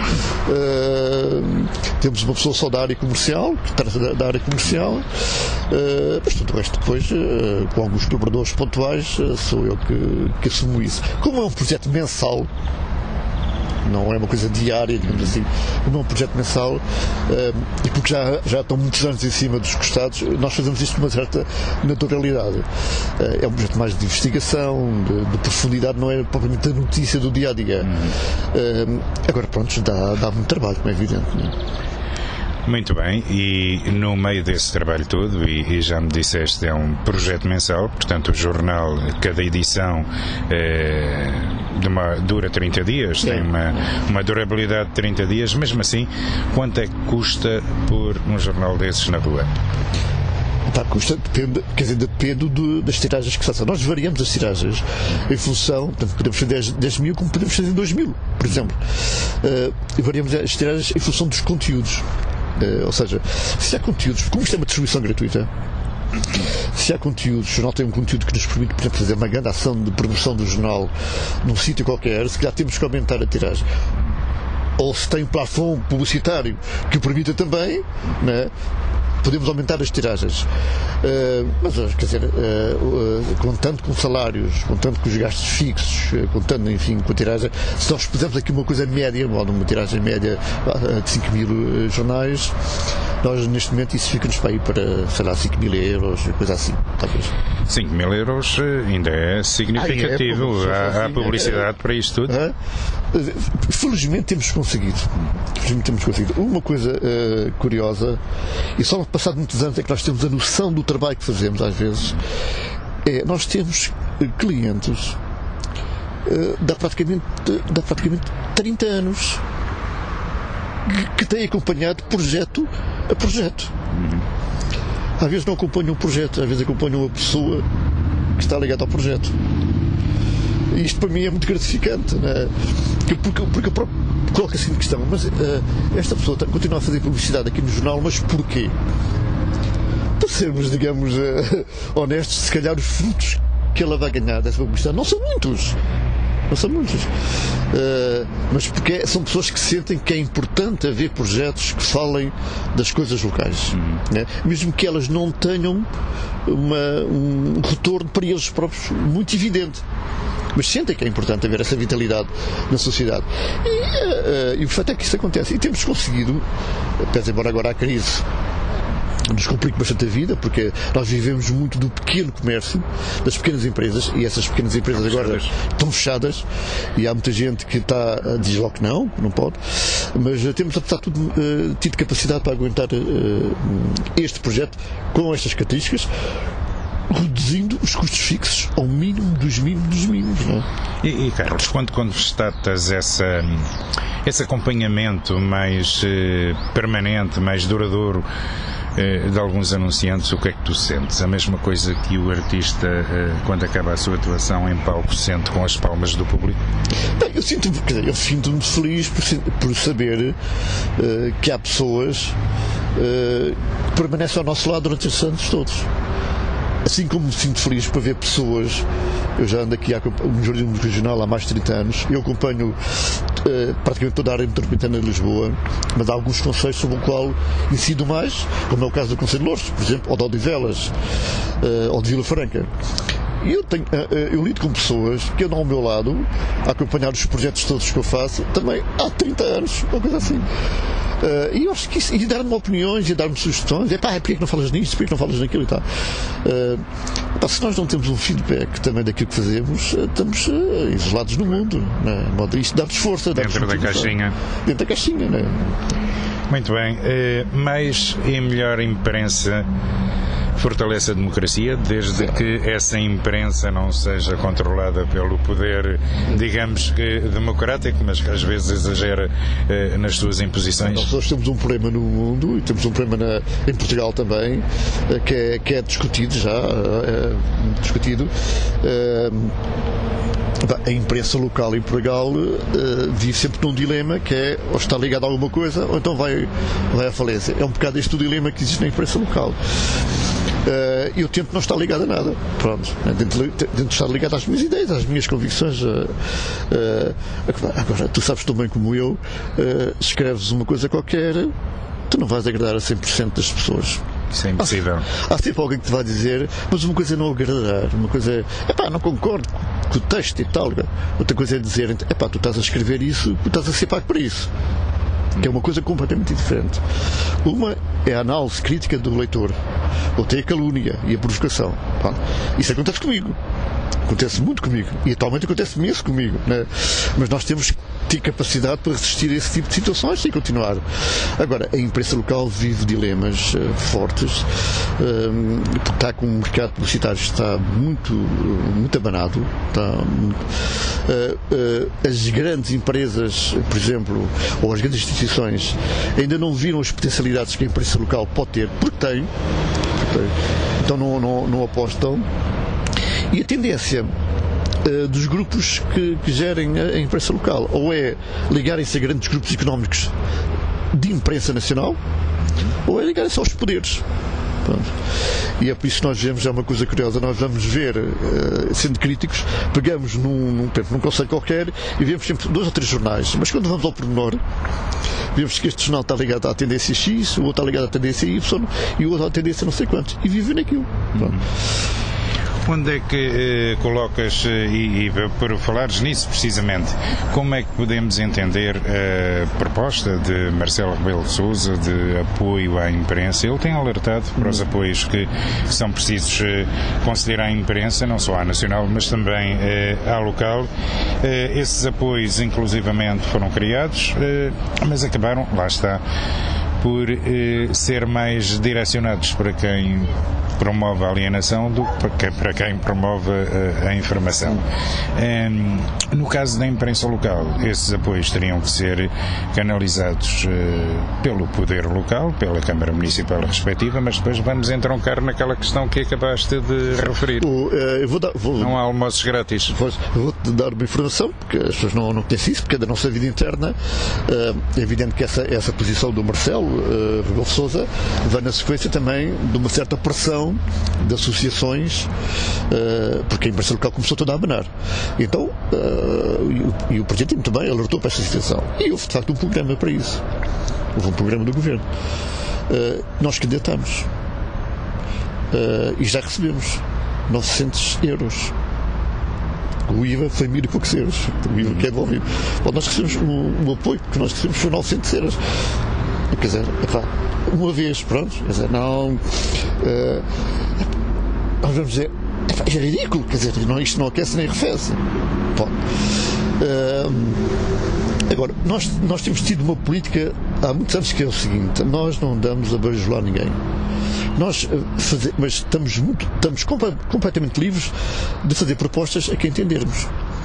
Uh, temos uma pessoa só da área comercial, que trata da, da área comercial, uh, mas tudo o resto depois, uh, com alguns colaboradores pontuais, uh, sou eu que, que assumo isso. Como é um projeto mensal, não é uma coisa diária, digamos assim, como é um projeto mensal, uh, e porque já, já estão muitos anos em cima dos costados, nós fazemos isto com uma certa naturalidade. Uh, é um projeto mais de investigação, de, de profundidade, não é propriamente a notícia do dia a dia. Uh, agora, pronto, dá, dá muito trabalho, como é evidente. Não é? Muito bem, e no meio desse trabalho todo, e, e já me disseste, é um projeto mensal, portanto o jornal, cada edição é, de uma, dura trinta dias, Sim. tem uma, uma durabilidade de trinta dias, mesmo assim, quanto é que custa por um jornal desses na rua? Tá, custa, depende, quer dizer, depende do, das tiragens que se façam. Nós variamos as tiragens em função, portanto, podemos fazer dez mil como podemos fazer dois mil, por exemplo. Uh, variamos as tiragens em função dos conteúdos. Uh, ou seja, se há conteúdos, como isto é uma distribuição gratuita, se há conteúdos, o jornal tem um conteúdo que nos permite, por exemplo, fazer uma grande ação de promoção do jornal num sítio qualquer, se calhar temos que aumentar a tiragem. Ou se tem um plafond publicitário que o permita também, né, podemos aumentar as tiragens. Uh, mas, quer dizer, uh, uh, contando com salários, contando com os gastos fixos, uh, contando, enfim, com a tiragem, se nós pusermos aqui uma coisa média, uma tiragem média uh, de cinco mil uh, jornais, nós neste momento isso fica-nos para ir para, sei lá, cinco mil euros, coisa assim, talvez. cinco mil euros ainda é significativo. Ah, é, há, há publicidade é, para isto tudo. É, felizmente temos conseguido. Felizmente temos conseguido. Uma coisa uh, curiosa, e só passado muitos anos é que nós temos a noção do trabalho que fazemos às vezes, é, nós temos clientes uh, dá, praticamente, dá praticamente trinta anos que têm acompanhado projeto a projeto. Às vezes não acompanham um projeto, às vezes acompanham uma pessoa que está ligada ao projeto. E isto para mim é muito gratificante, né? porque, porque eu próprio coloco assim de questão, mas uh, esta pessoa continua a fazer publicidade aqui no jornal, mas porquê? Para sermos, digamos, uh, honestos, se calhar os frutos que ela vai ganhar dessa publicidade não são muitos. Não são muitos. Uh, mas porque são pessoas que sentem que é importante haver projetos que falem das coisas locais. Uhum. Né? Mesmo que elas não tenham uma, um retorno para eles próprios muito evidente. Mas sentem que é importante haver essa vitalidade na sociedade. E, uh, e o fato é que isso acontece. E temos conseguido, pese embora agora a crise nos complique bastante a vida, porque nós vivemos muito do pequeno comércio, das pequenas empresas, e essas pequenas empresas agora estão fechadas, e há muita gente que está a dizer logo que não, não pode, mas temos, apesar de tudo, uh, tido capacidade para aguentar uh, este projeto com estas características, reduzindo os custos fixos ao mínimo dos mínimos dos mínimos. Não é? E, e Carlos, quando constatas essa, esse acompanhamento mais eh, permanente, mais duradouro eh, de alguns anunciantes, o que é que tu sentes? A mesma coisa que o artista, eh, quando acaba a sua atuação em palco, sente com as palmas do público? Bem, eu sinto-me, quer dizer, eu sinto-me feliz por, por saber uh, que há pessoas uh, que permanecem ao nosso lado durante estes anos todos. Assim como me sinto feliz por ver pessoas, eu já ando aqui no jornalismo regional há mais de trinta anos, eu acompanho uh, praticamente toda a área metropolitana de Lisboa, mas há alguns concelhos sobre o qual incido mais, como é o caso do Concelho de Loures, por exemplo, ou de Odivelas, uh, ou de Vila Franca. E eu, tenho, eu lido com pessoas que andam ao meu lado a acompanhar os projetos todos que eu faço também há trinta anos, uma coisa assim. Uh, e eu acho que isso, e dar-me opiniões e dar-me sugestões, é pá, porquê que não falas nisto, porquê que não falas naquilo e tal. Uh, pá, se nós não temos um feedback também daquilo que fazemos, uh, estamos uh, isolados no mundo, né? Isto dá-nos força. Dá-nos dentro da caixinha. Dentro da caixinha, né? Muito bem. Uh, mais e melhor imprensa fortalece a democracia, desde que essa imprensa não seja controlada pelo poder, digamos que democrático, mas que às vezes exagera eh, nas suas imposições. Nós temos um problema no mundo e temos um problema na, em Portugal também, eh, que, é, que é discutido já, é, discutido. É, a imprensa local em Portugal uh, vive sempre num dilema que é ou está ligado a alguma coisa ou então vai, vai à falência. É um bocado este o dilema que existe na imprensa local. Uh, eu tento não estar ligado a nada. Pronto. Tento, tento estar ligado às minhas ideias, às minhas convicções. Uh, uh, agora, tu sabes tão bem como eu, uh, escreves uma coisa qualquer, tu não vais agradar a cem por cento das pessoas. Isso é impossível. Há, há sempre alguém que te vai dizer, mas uma coisa é não agradar, uma coisa é, epá, não concordo com o texto e tal. Outra coisa é dizer, epá, tu estás a escrever isso, tu estás a ser pago para isso. Que é uma coisa completamente diferente. Uma é a análise crítica do leitor, outra é a calúnia e a provocação. Isso acontece comigo. Acontece muito comigo. E atualmente acontece imenso comigo, né? Mas nós temos que ter capacidade para resistir a esse tipo de situações e continuar. Agora, a imprensa local vive dilemas uh, fortes, um, porque está com um mercado publicitário que está muito, muito abanado. Está muito, uh, uh, as grandes empresas, por exemplo, ou as grandes instituições, ainda não viram as potencialidades que a imprensa local pode ter, porque tem, porque tem. Então não, não, não apostam. E a tendência uh, dos grupos que, que gerem a, a imprensa local ou é ligarem-se a grandes grupos económicos de imprensa nacional, ou é ligarem-se aos poderes. Pronto. E é por isso que nós vemos, é uma coisa curiosa, nós vamos ver, uh, sendo críticos, pegamos num, num, num conselho qualquer e vemos sempre dois ou três jornais, mas quando vamos ao pormenor, vemos que este jornal está ligado à tendência X, o outro está ligado à tendência Y e o outro à tendência não sei quantos, e vivem naquilo. Pronto. Onde é que eh, colocas, eh, e, e por falares nisso precisamente, como é que podemos entender a proposta de Marcelo Rebelo de Sousa de apoio à imprensa? Ele tem alertado para os apoios que são precisos eh, conceder à imprensa, não só à nacional, mas também eh, à local. Eh, esses apoios, inclusivamente, foram criados, eh, mas acabaram, lá está, por eh, ser mais direcionados para quem promove a alienação do que para quem promove a, a informação. Um, no caso da imprensa local, esses apoios teriam que ser canalizados uh, pelo poder local, pela Câmara Municipal respectiva, mas depois vamos entroncar naquela questão que acabaste de referir. O, uh, eu vou dar, vou, não há almoços grátis. Vou, vou-te dar uma informação, porque as pessoas não, não conhecem isso, porque é da nossa vida interna. Uh, é evidente que essa, essa posição do Marcelo uh, Rebelo de Sousa vai na sequência também de uma certa pressão de associações, uh, porque a imprensa local começou toda a abanar. Então, uh, e, o, e o Presidente também alertou para esta situação. E houve, de facto, um programa para isso. Houve um programa do Governo. Uh, nós candidatamos. Uh, e já recebemos novecentos euros. O I V A foi mil e poucos euros. O I V A que é devolvido. Bom, nós recebemos um, um apoio que nós recebemos foi novecentos euros. Quer dizer, epá, uma vez, pronto, quer dizer, não. Uh, nós vamos dizer, epá, é ridículo, quer dizer, não, isto não aquece nem arrefece. Uh, agora, nós, nós temos tido uma política há muitos anos que é o seguinte: nós não damos a beijolar ninguém. Nós fazer, mas estamos, muito, estamos completamente livres de fazer propostas a quem entendermos.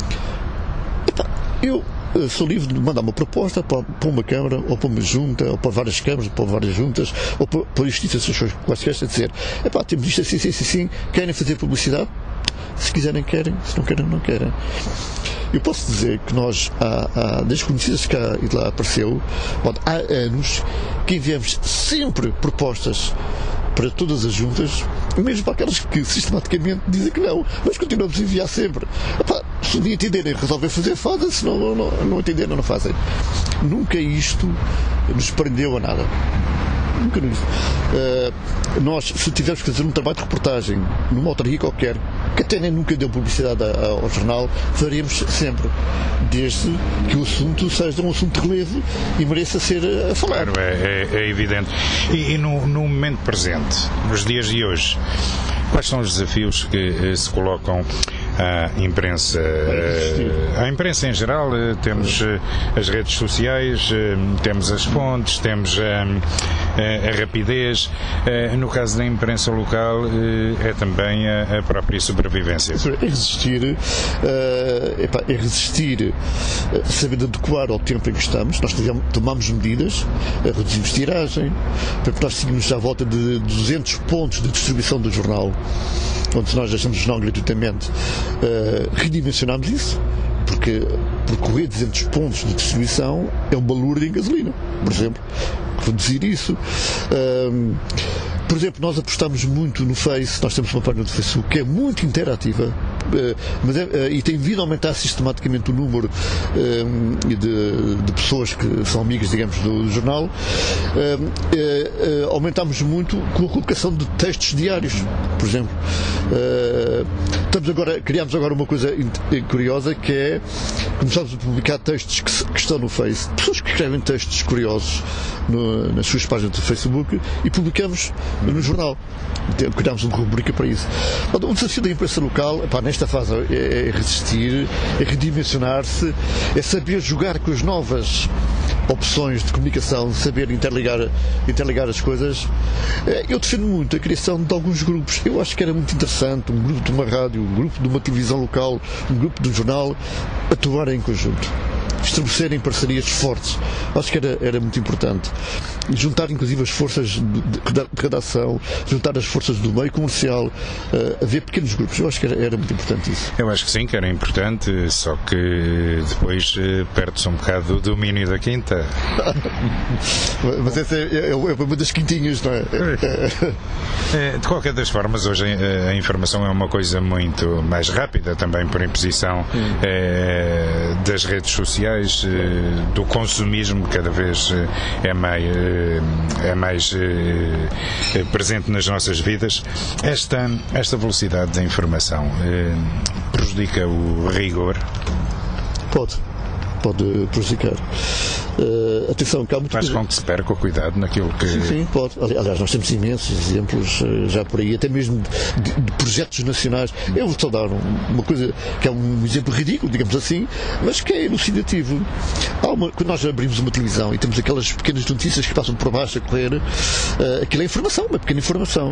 Epá, eu. Sou livre de mandar uma proposta para, para uma Câmara, ou para uma Junta, ou para várias Câmaras, ou para várias Juntas, ou para, para instituições quaisquer, a dizer, epá, temos isto assim, assim, assim, querem fazer publicidade? Se quiserem, querem, se não querem, não querem. Eu posso dizer que nós, há, há, desde que o Notícias cá e de lá apareceu, há anos que enviamos sempre propostas para todas as juntas, mesmo para aquelas que sistematicamente dizem que não, mas continuamos a enviar sempre. Epá, se um dia entenderem resolver fazer, fazem, se não, não, não entenderem, não fazem. Nunca isto nos prendeu a nada. Nunca nisso. Uh, nós, se tivermos que fazer um trabalho de reportagem numa autarquia qualquer, que até nem nunca deu publicidade a, a, ao jornal, faríamos sempre, desde que o assunto seja um assunto de relevo e mereça ser a falar. Claro, é, é, é evidente. E, e no, no momento presente, nos dias de hoje, quais são os desafios que eh, se colocam à imprensa, à imprensa em geral? Temos as redes sociais, temos as fontes, temos a, a, a rapidez. No caso da imprensa local, é também a, a própria sobrevivência. É resistir, é resistir, saber adequar ao tempo em que estamos. Nós tomamos medidas, reduzimos tiragem, nós tínhamos à volta de duzentos pontos de distribuição do jornal, onde nós deixamos o jornal gratuitamente. Uh, redimensionámos isso, porque percorrer duzentos pontos de distribuição é um balúrdio em gasolina, por exemplo. Reduzir isso. Uh, por exemplo, nós apostamos muito no Face, nós temos uma página do Facebook que é muito interativa, uh, mas é, uh, e tem vindo a aumentar sistematicamente o número uh, de, de pessoas que são amigas, digamos, do, do jornal. Uh, uh, uh, aumentámos muito com a colocação de textos diários, por exemplo. Uh, estamos agora, criámos agora uma coisa curiosa, que é começámos a publicar textos que, que estão no Face, pessoas que escrevem textos curiosos no, nas suas páginas do Facebook, e publicamos no jornal. Criámos uma rubrica para isso. O desafio da imprensa local, pá, nesta fase, é, é resistir, é redimensionar-se, é saber jogar com as novas opções de comunicação, saber interligar, interligar as coisas. Eu defendo muito a criação de alguns grupos. Eu acho que era muito interessante um grupo de uma rádio, um grupo de uma televisão local, um grupo de um jornal atuar em conjunto. estabelecerem parcerias fortes. Acho que era, era muito importante. Juntar inclusive as forças de, de redação, juntar as forças do meio comercial, uh, haver pequenos grupos. Eu acho que era, era muito importante isso. Eu acho que sim, que era importante, só que depois uh, perde-se um bocado do domínio da quinta. Mas essa é, é, é uma das quintinhas, não é? É, de qualquer das formas, hoje a, a informação é uma coisa muito mais rápida, também por imposição é, das redes sociais, é, do consumismo, cada vez é mais, é mais é, presente nas nossas vidas. Esta, esta velocidade da informação é, prejudica o rigor? Pode. Pode prejudicar. Uh, atenção, que há muito Faz com que se perca o cuidado naquilo que... Sim, sim, pode. Aliás, nós temos imensos exemplos uh, já por aí, até mesmo de, de projetos nacionais. Eu vou só dar uma coisa que é um exemplo ridículo, digamos assim, mas que é elucidativo. Há uma, quando nós abrimos uma televisão e temos aquelas pequenas notícias que passam por baixo a correr, uh, aquilo é informação, uma pequena informação.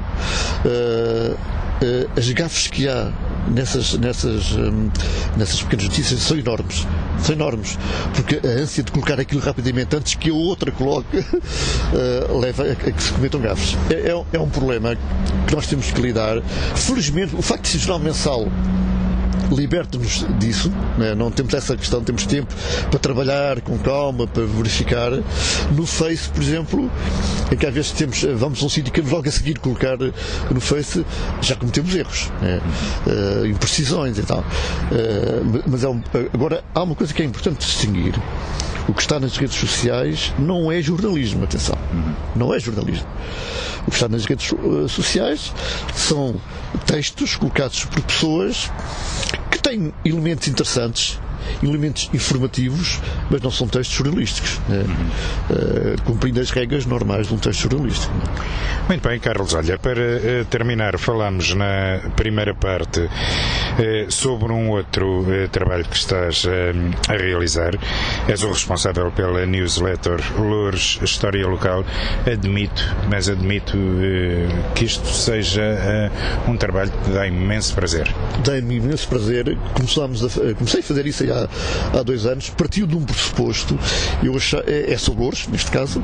Uh, uh, as gafes que há nessas, nessas, um, nessas pequenas notícias são enormes. São enormes. Porque a ânsia de colocar aquilo rapidamente antes que a outra coloque uh, leva a, a que se cometam gafes. É, é, é um problema que nós temos que lidar. Felizmente, o facto de ser jornal mensal liberta-nos disso, né? Não temos essa questão, temos tempo para trabalhar com calma, para verificar. No Face, por exemplo, em que às vezes temos, vamos a um sítio e queremos logo a seguir colocar no Face, já cometemos erros, né? uh, imprecisões e tal. Uh, mas é um, agora, há uma coisa que é importante distinguir. O que está nas redes sociais não é jornalismo, atenção, não é jornalismo. O que está nas redes uh, sociais são textos colocados por pessoas que têm elementos interessantes, elementos informativos, mas não são textos jornalísticos, né? uh, cumprindo as regras normais de um texto jornalístico. Muito bem, Carlos, olha, para uh, terminar, falamos na primeira parte uh, sobre um outro uh, trabalho que estás uh, a realizar. És o responsável pela newsletter Loures História Local. Admito, mas admito uh, que isto seja uh, um trabalho que dá imenso prazer. Dá-me imenso prazer. Começámos a, comecei a fazer isso há, há dois anos. Partiu de um pressuposto. Eu achei, é, é sobre Loures, neste caso.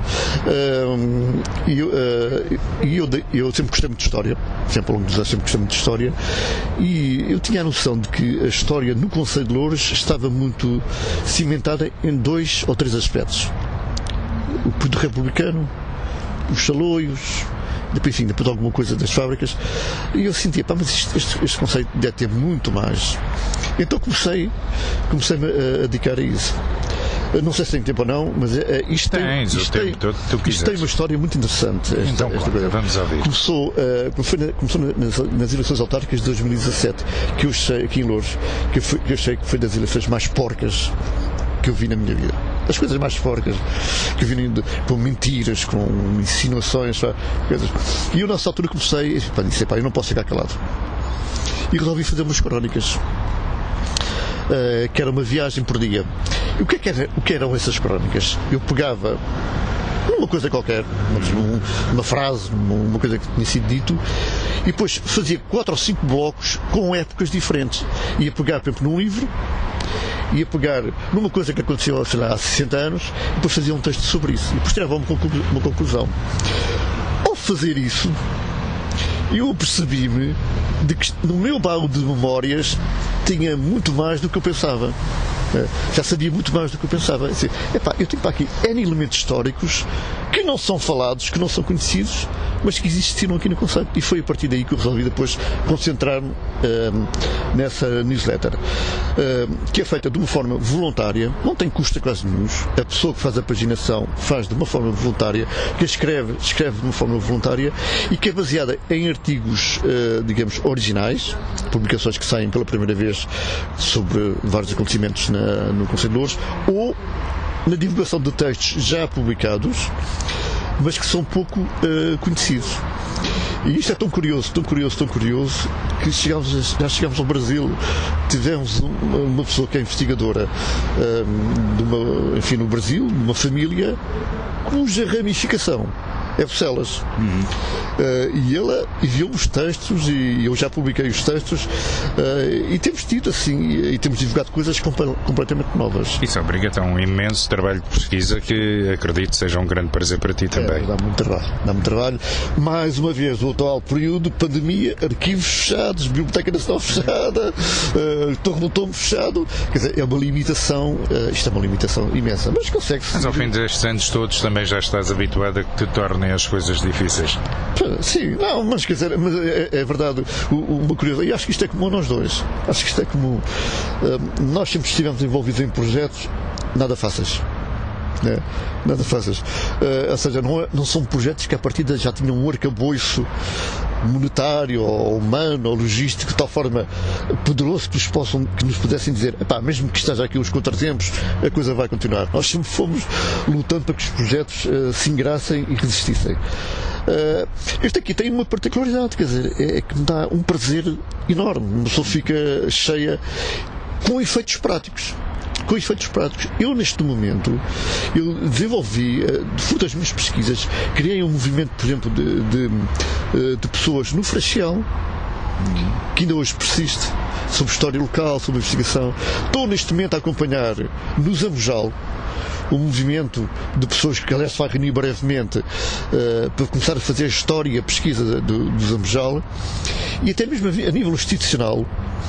Uh, e eu, uh, E eu, eu sempre gostei muito de história, sempre ao longo dos anos sempre gostei muito de história, e eu tinha a noção de que a história no Concelho de Loures estava muito cimentada em dois ou três aspectos: o período republicano, os saloios, depois, enfim, depois alguma coisa das fábricas, e eu sentia, pá, mas este, este, este conceito deve ter muito mais. Então comecei, comecei-me a, a dedicar a isso. Não sei se tem tempo ou não, mas é, isto, tem, isto, tem, todo, isto tem uma história muito interessante. Esta, então, esta coisa. Vamos ouvir. Começou, uh, foi na, começou nas, nas eleições autárquicas de dois mil e dezassete, que eu achei, aqui em Loures, que eu, fui, que eu achei que foi das eleições mais porcas que eu vi na minha vida. As coisas mais porcas que eu vi, de, com mentiras, com insinuações, pá, coisas. E eu, nessa altura, comecei e disse, pá, eu não posso ficar calado. E resolvi fazer umas crónicas. Uh, que era uma viagem por dia. E o que, é que, era, o que eram essas crónicas? Eu pegava numa coisa qualquer, uma, uma frase, uma coisa que tinha sido dito, e depois fazia quatro ou cinco blocos com épocas diferentes. Ia pegar, por exemplo, num livro, ia pegar numa coisa que aconteceu, sei lá, há sessenta anos, e depois fazia um texto sobre isso. E depois tirava uma, conclu uma conclusão. Ao fazer isso, eu percebi-me de que no meu baú de memórias tinha muito mais do que eu pensava. Já sabia muito mais do que eu pensava. Assim, epá, eu tenho para aqui N elementos históricos que não são falados, que não são conhecidos, mas que existiram aqui no Concelho. E foi a partir daí que eu resolvi depois concentrar-me uh, nessa newsletter, uh, que é feita de uma forma voluntária, não tem custo quase nenhum. A pessoa que faz a paginação faz de uma forma voluntária, que escreve, escreve de uma forma voluntária, e que é baseada em artigos, uh, digamos, originais, publicações que saem pela primeira vez sobre vários acontecimentos na no Concelho de Loures, ou na divulgação de textos já publicados, mas que são pouco uh, conhecidos. E isto é tão curioso, tão curioso, tão curioso, que chegámos a, já chegámos ao Brasil, tivemos uma, uma pessoa que é investigadora um, de uma, enfim, no Brasil, de uma família cuja ramificação é Bruxelas. Uhum. Uh, e ele enviou-me os textos e eu já publiquei os textos uh, e temos tido assim e, e temos divulgado coisas compa- completamente novas. Isso obriga-te a um imenso trabalho de pesquisa que acredito seja um grande prazer para ti também. É, dá muito trabalho, dá muito trabalho. Mais uma vez, o atual período, pandemia, arquivos fechados, Biblioteca Nacional fechada, uh, Torre do Tombo fechado, quer dizer, é uma limitação, uh, isto é uma limitação imensa, mas consegue-se. Mas ao fim destes anos todos também já estás habituado a que te tornem as coisas difíceis. Sim, não, mas quer dizer, mas é, é verdade, uma curiosidade, e acho que isto é comum a nós dois, acho que isto é comum. Uh, nós sempre estivemos envolvidos em projetos nada fáceis. É, nada fáceis. Uh, ou seja, não, é, não são projetos que a partida já tinham um arcabouço monetário ou humano ou logístico de tal forma poderoso que nos, possam, que nos pudessem dizer, epá, mesmo que esteja aqui os contratempos, a coisa vai continuar. Nós sempre fomos lutando para que os projetos uh, se engrassem e resistissem. Uh, este aqui tem uma particularidade, quer dizer, é, é que me dá um prazer enorme. Uma pessoa fica cheia com efeitos práticos. Com efeitos práticos. Eu, neste momento, eu desenvolvi, de fruto das minhas pesquisas, criei um movimento, por exemplo, de, de, de pessoas no Freixal, que ainda hoje persiste, sobre história local, sobre investigação. Estou, neste momento, a acompanhar no Zambojal um movimento de pessoas que, aliás, se vai reunir brevemente uh, para começar a fazer a história e a pesquisa do, do Zambojal, e até mesmo a nível institucional.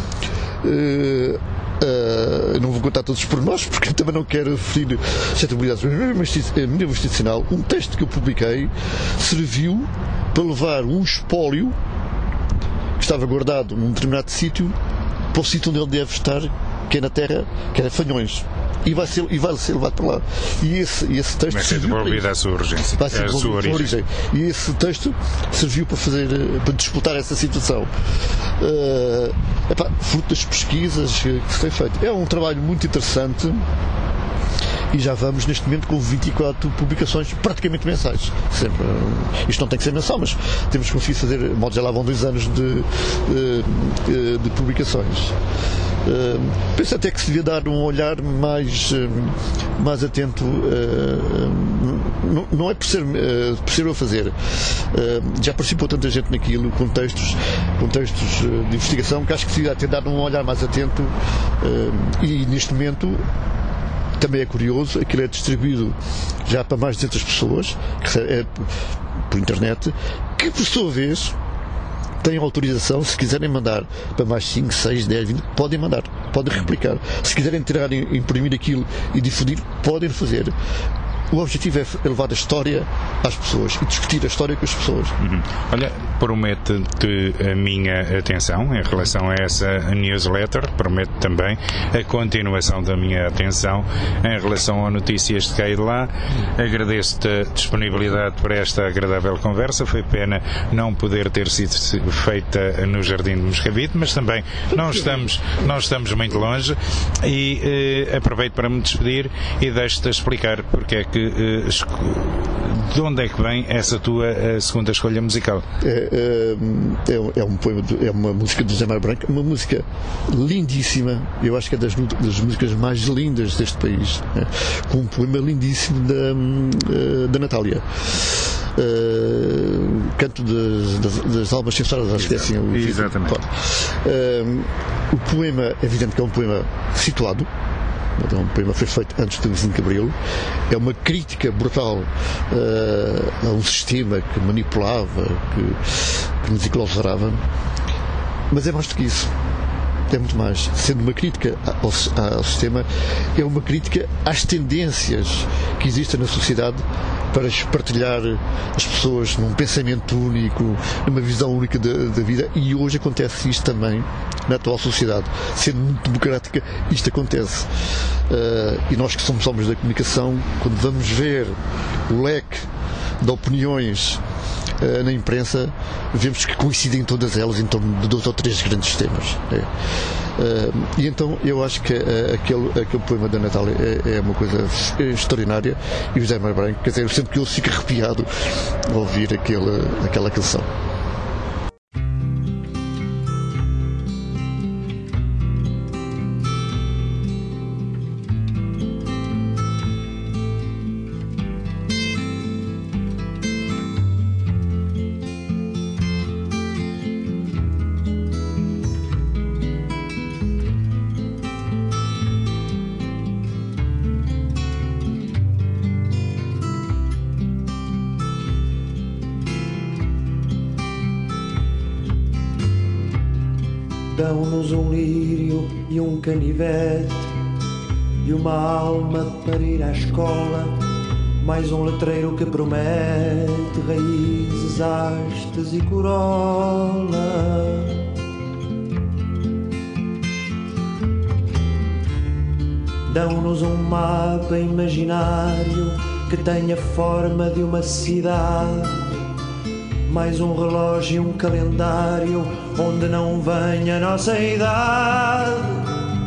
Uh, Uh, não vou contar todos os pormenores porque também não quero ferir suscetibilidades, mas a nível institucional, um texto que eu publiquei serviu para levar um espólio que estava guardado num determinado sítio para o sítio onde ele deve estar, que é na terra, que era Fanhões. E vai ser, e vai ser levado para lá. E esse, esse texto vai ser devolvido à sua urgência. Vai ser à sua origem. origem. E esse texto serviu para fazer, para disputar essa situação. Uh, epá, fruto das pesquisas que se tem feito. É um trabalho muito interessante. E já vamos neste momento com vinte e quatro publicações praticamente mensais. Sempre, isto não tem que ser mensal, mas temos conseguido fazer, modo já lá vão dois anos de, de, de publicações. Uh, penso até que se devia dar um olhar mais, uh, mais atento, uh, uh, não, não é por ser, uh, por ser eu a fazer, uh, já participou tanta gente naquilo, com textos, com textos uh, de investigação, que acho que se devia ter dado um olhar mais atento, uh, e neste momento também é curioso, aquilo é distribuído já para mais de duzentas pessoas, que é por internet, que por sua vez têm autorização, se quiserem mandar para mais cinco, seis, dez, vinte, podem mandar, podem replicar. Se quiserem tirar, imprimir aquilo e difundir, podem fazer. O objetivo é levar a história às pessoas e discutir a história com as pessoas. Uhum. Olha, prometo-te a minha atenção em relação a essa newsletter, prometo também a continuação da minha atenção em relação a notícias de cá e de lá. Agradeço-te a disponibilidade para esta agradável conversa. Foi pena não poder ter sido feita no Jardim de Moscavide, mas também não estamos, não estamos muito longe e eh, aproveito para me despedir e deixo-te a explicar porque é que de onde é que vem essa tua segunda escolha musical? É, é, é, um poema de, é uma música do José Mário Branco, uma música lindíssima, eu acho que é das, das músicas mais lindas deste país, né? Com um poema lindíssimo da, da Natália. Uh, canto das, das, das almas censuradas, acho que é assim o Exatamente. Uh, o poema, é evidente que é um poema situado. Então, o poema foi feito antes do vizinho de Abril. É uma crítica brutal uh, a um sistema que manipulava, que, que nos enclausurava. Mas é mais do que isso. É muito mais. Sendo uma crítica ao, ao sistema, é uma crítica às tendências que existem na sociedade para espartilhar as pessoas num pensamento único, numa visão única da, da vida, e hoje acontece isto também na atual sociedade. Sendo muito democrática, isto acontece. Uh, e nós que somos homens da comunicação, quando vamos ver o leque de opiniões uh, na imprensa, vemos que coincidem todas elas em torno de dois ou três grandes temas. É. Uh, e então eu acho que uh, aquele, aquele poema da Natália é, é uma coisa extraordinária, e o José Mário Branco, quer dizer, sempre que eu fico arrepiado ao ouvir aquele, aquela canção. Dão-nos um lírio e um canivete e uma alma para ir à escola, mais um letreiro que promete raízes, hastes e corola. Dão-nos um mapa imaginário que tenha forma de uma cidade, mais um relógio e um calendário onde não venha a nossa idade.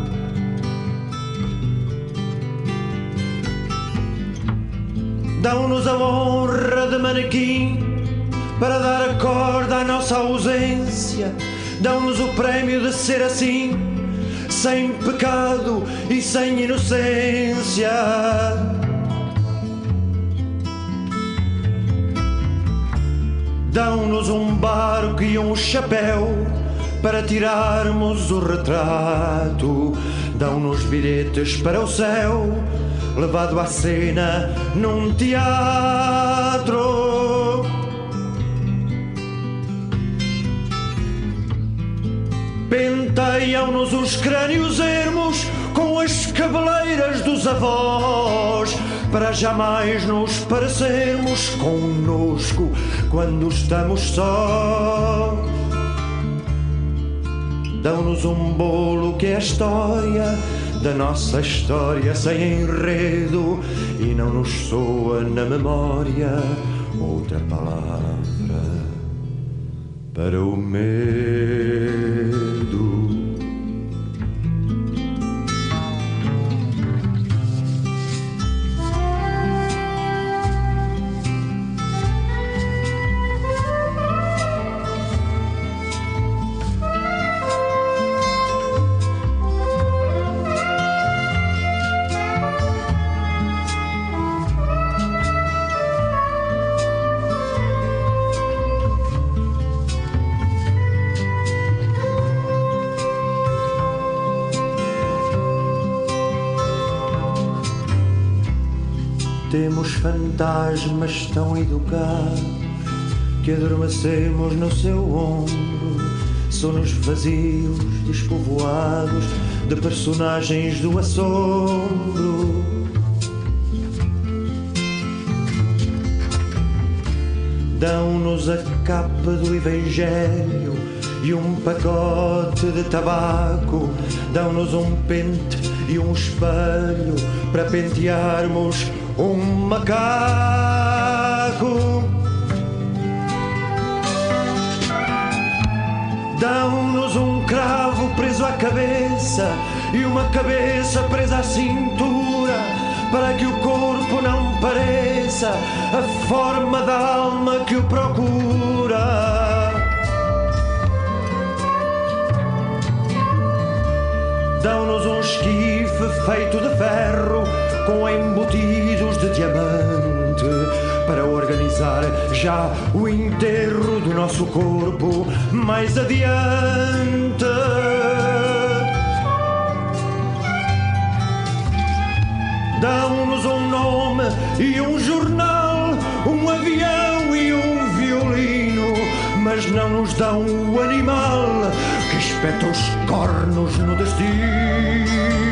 Dão-nos a honra de manequim para dar a corda à nossa ausência. Dão-nos o prémio de ser assim, sem pecado e sem inocência. Dão-nos um barco e um chapéu para tirarmos o retrato. Dão-nos bilhetes para o céu, levado à cena num teatro. Penteiam-nos os crânios ermos com as cabeleiras dos avós, para jamais nos parecermos connosco quando estamos sós. Dão-nos um bolo que é a história da nossa história sem enredo, e não nos soa na memória outra palavra para o medo. Temos fantasmas tão educados que adormecemos no seu ombro, sonos vazios, despovoados de personagens do assombro. Dão-nos a capa do Evangelho e um pacote de tabaco. Dão-nos um pente e um espelho para pentearmos um macaco. Dão-nos um cravo preso à cabeça e uma cabeça presa à cintura, para que o corpo não pareça a forma da alma que o procura. Dão-nos um esquife feito de ferro com embutidos de diamante, para organizar já o enterro do nosso corpo mais adiante. Dão-nos um nome e um jornal, um avião e um violino, mas não nos dão o animal que espeta os cornos no destino.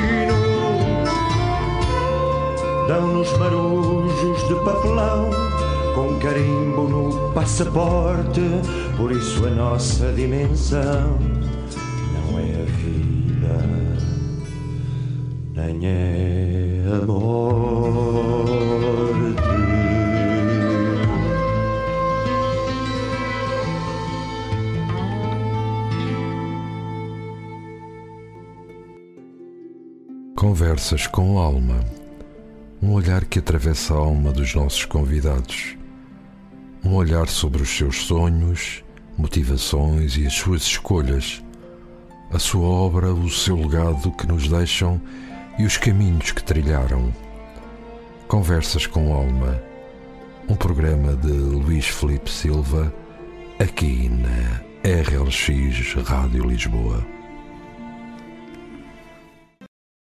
Dão-nos marujos de papelão com carimbo no passaporte, por isso a nossa dimensão não é a vida, nem é a morte. Conversas com alma. Um olhar que atravessa a alma dos nossos convidados. Um olhar sobre os seus sonhos, motivações e as suas escolhas. A sua obra, o seu legado que nos deixam e os caminhos que trilharam. Conversas com alma. Um programa de Luís Filipe Silva, aqui na R L X Rádio Lisboa.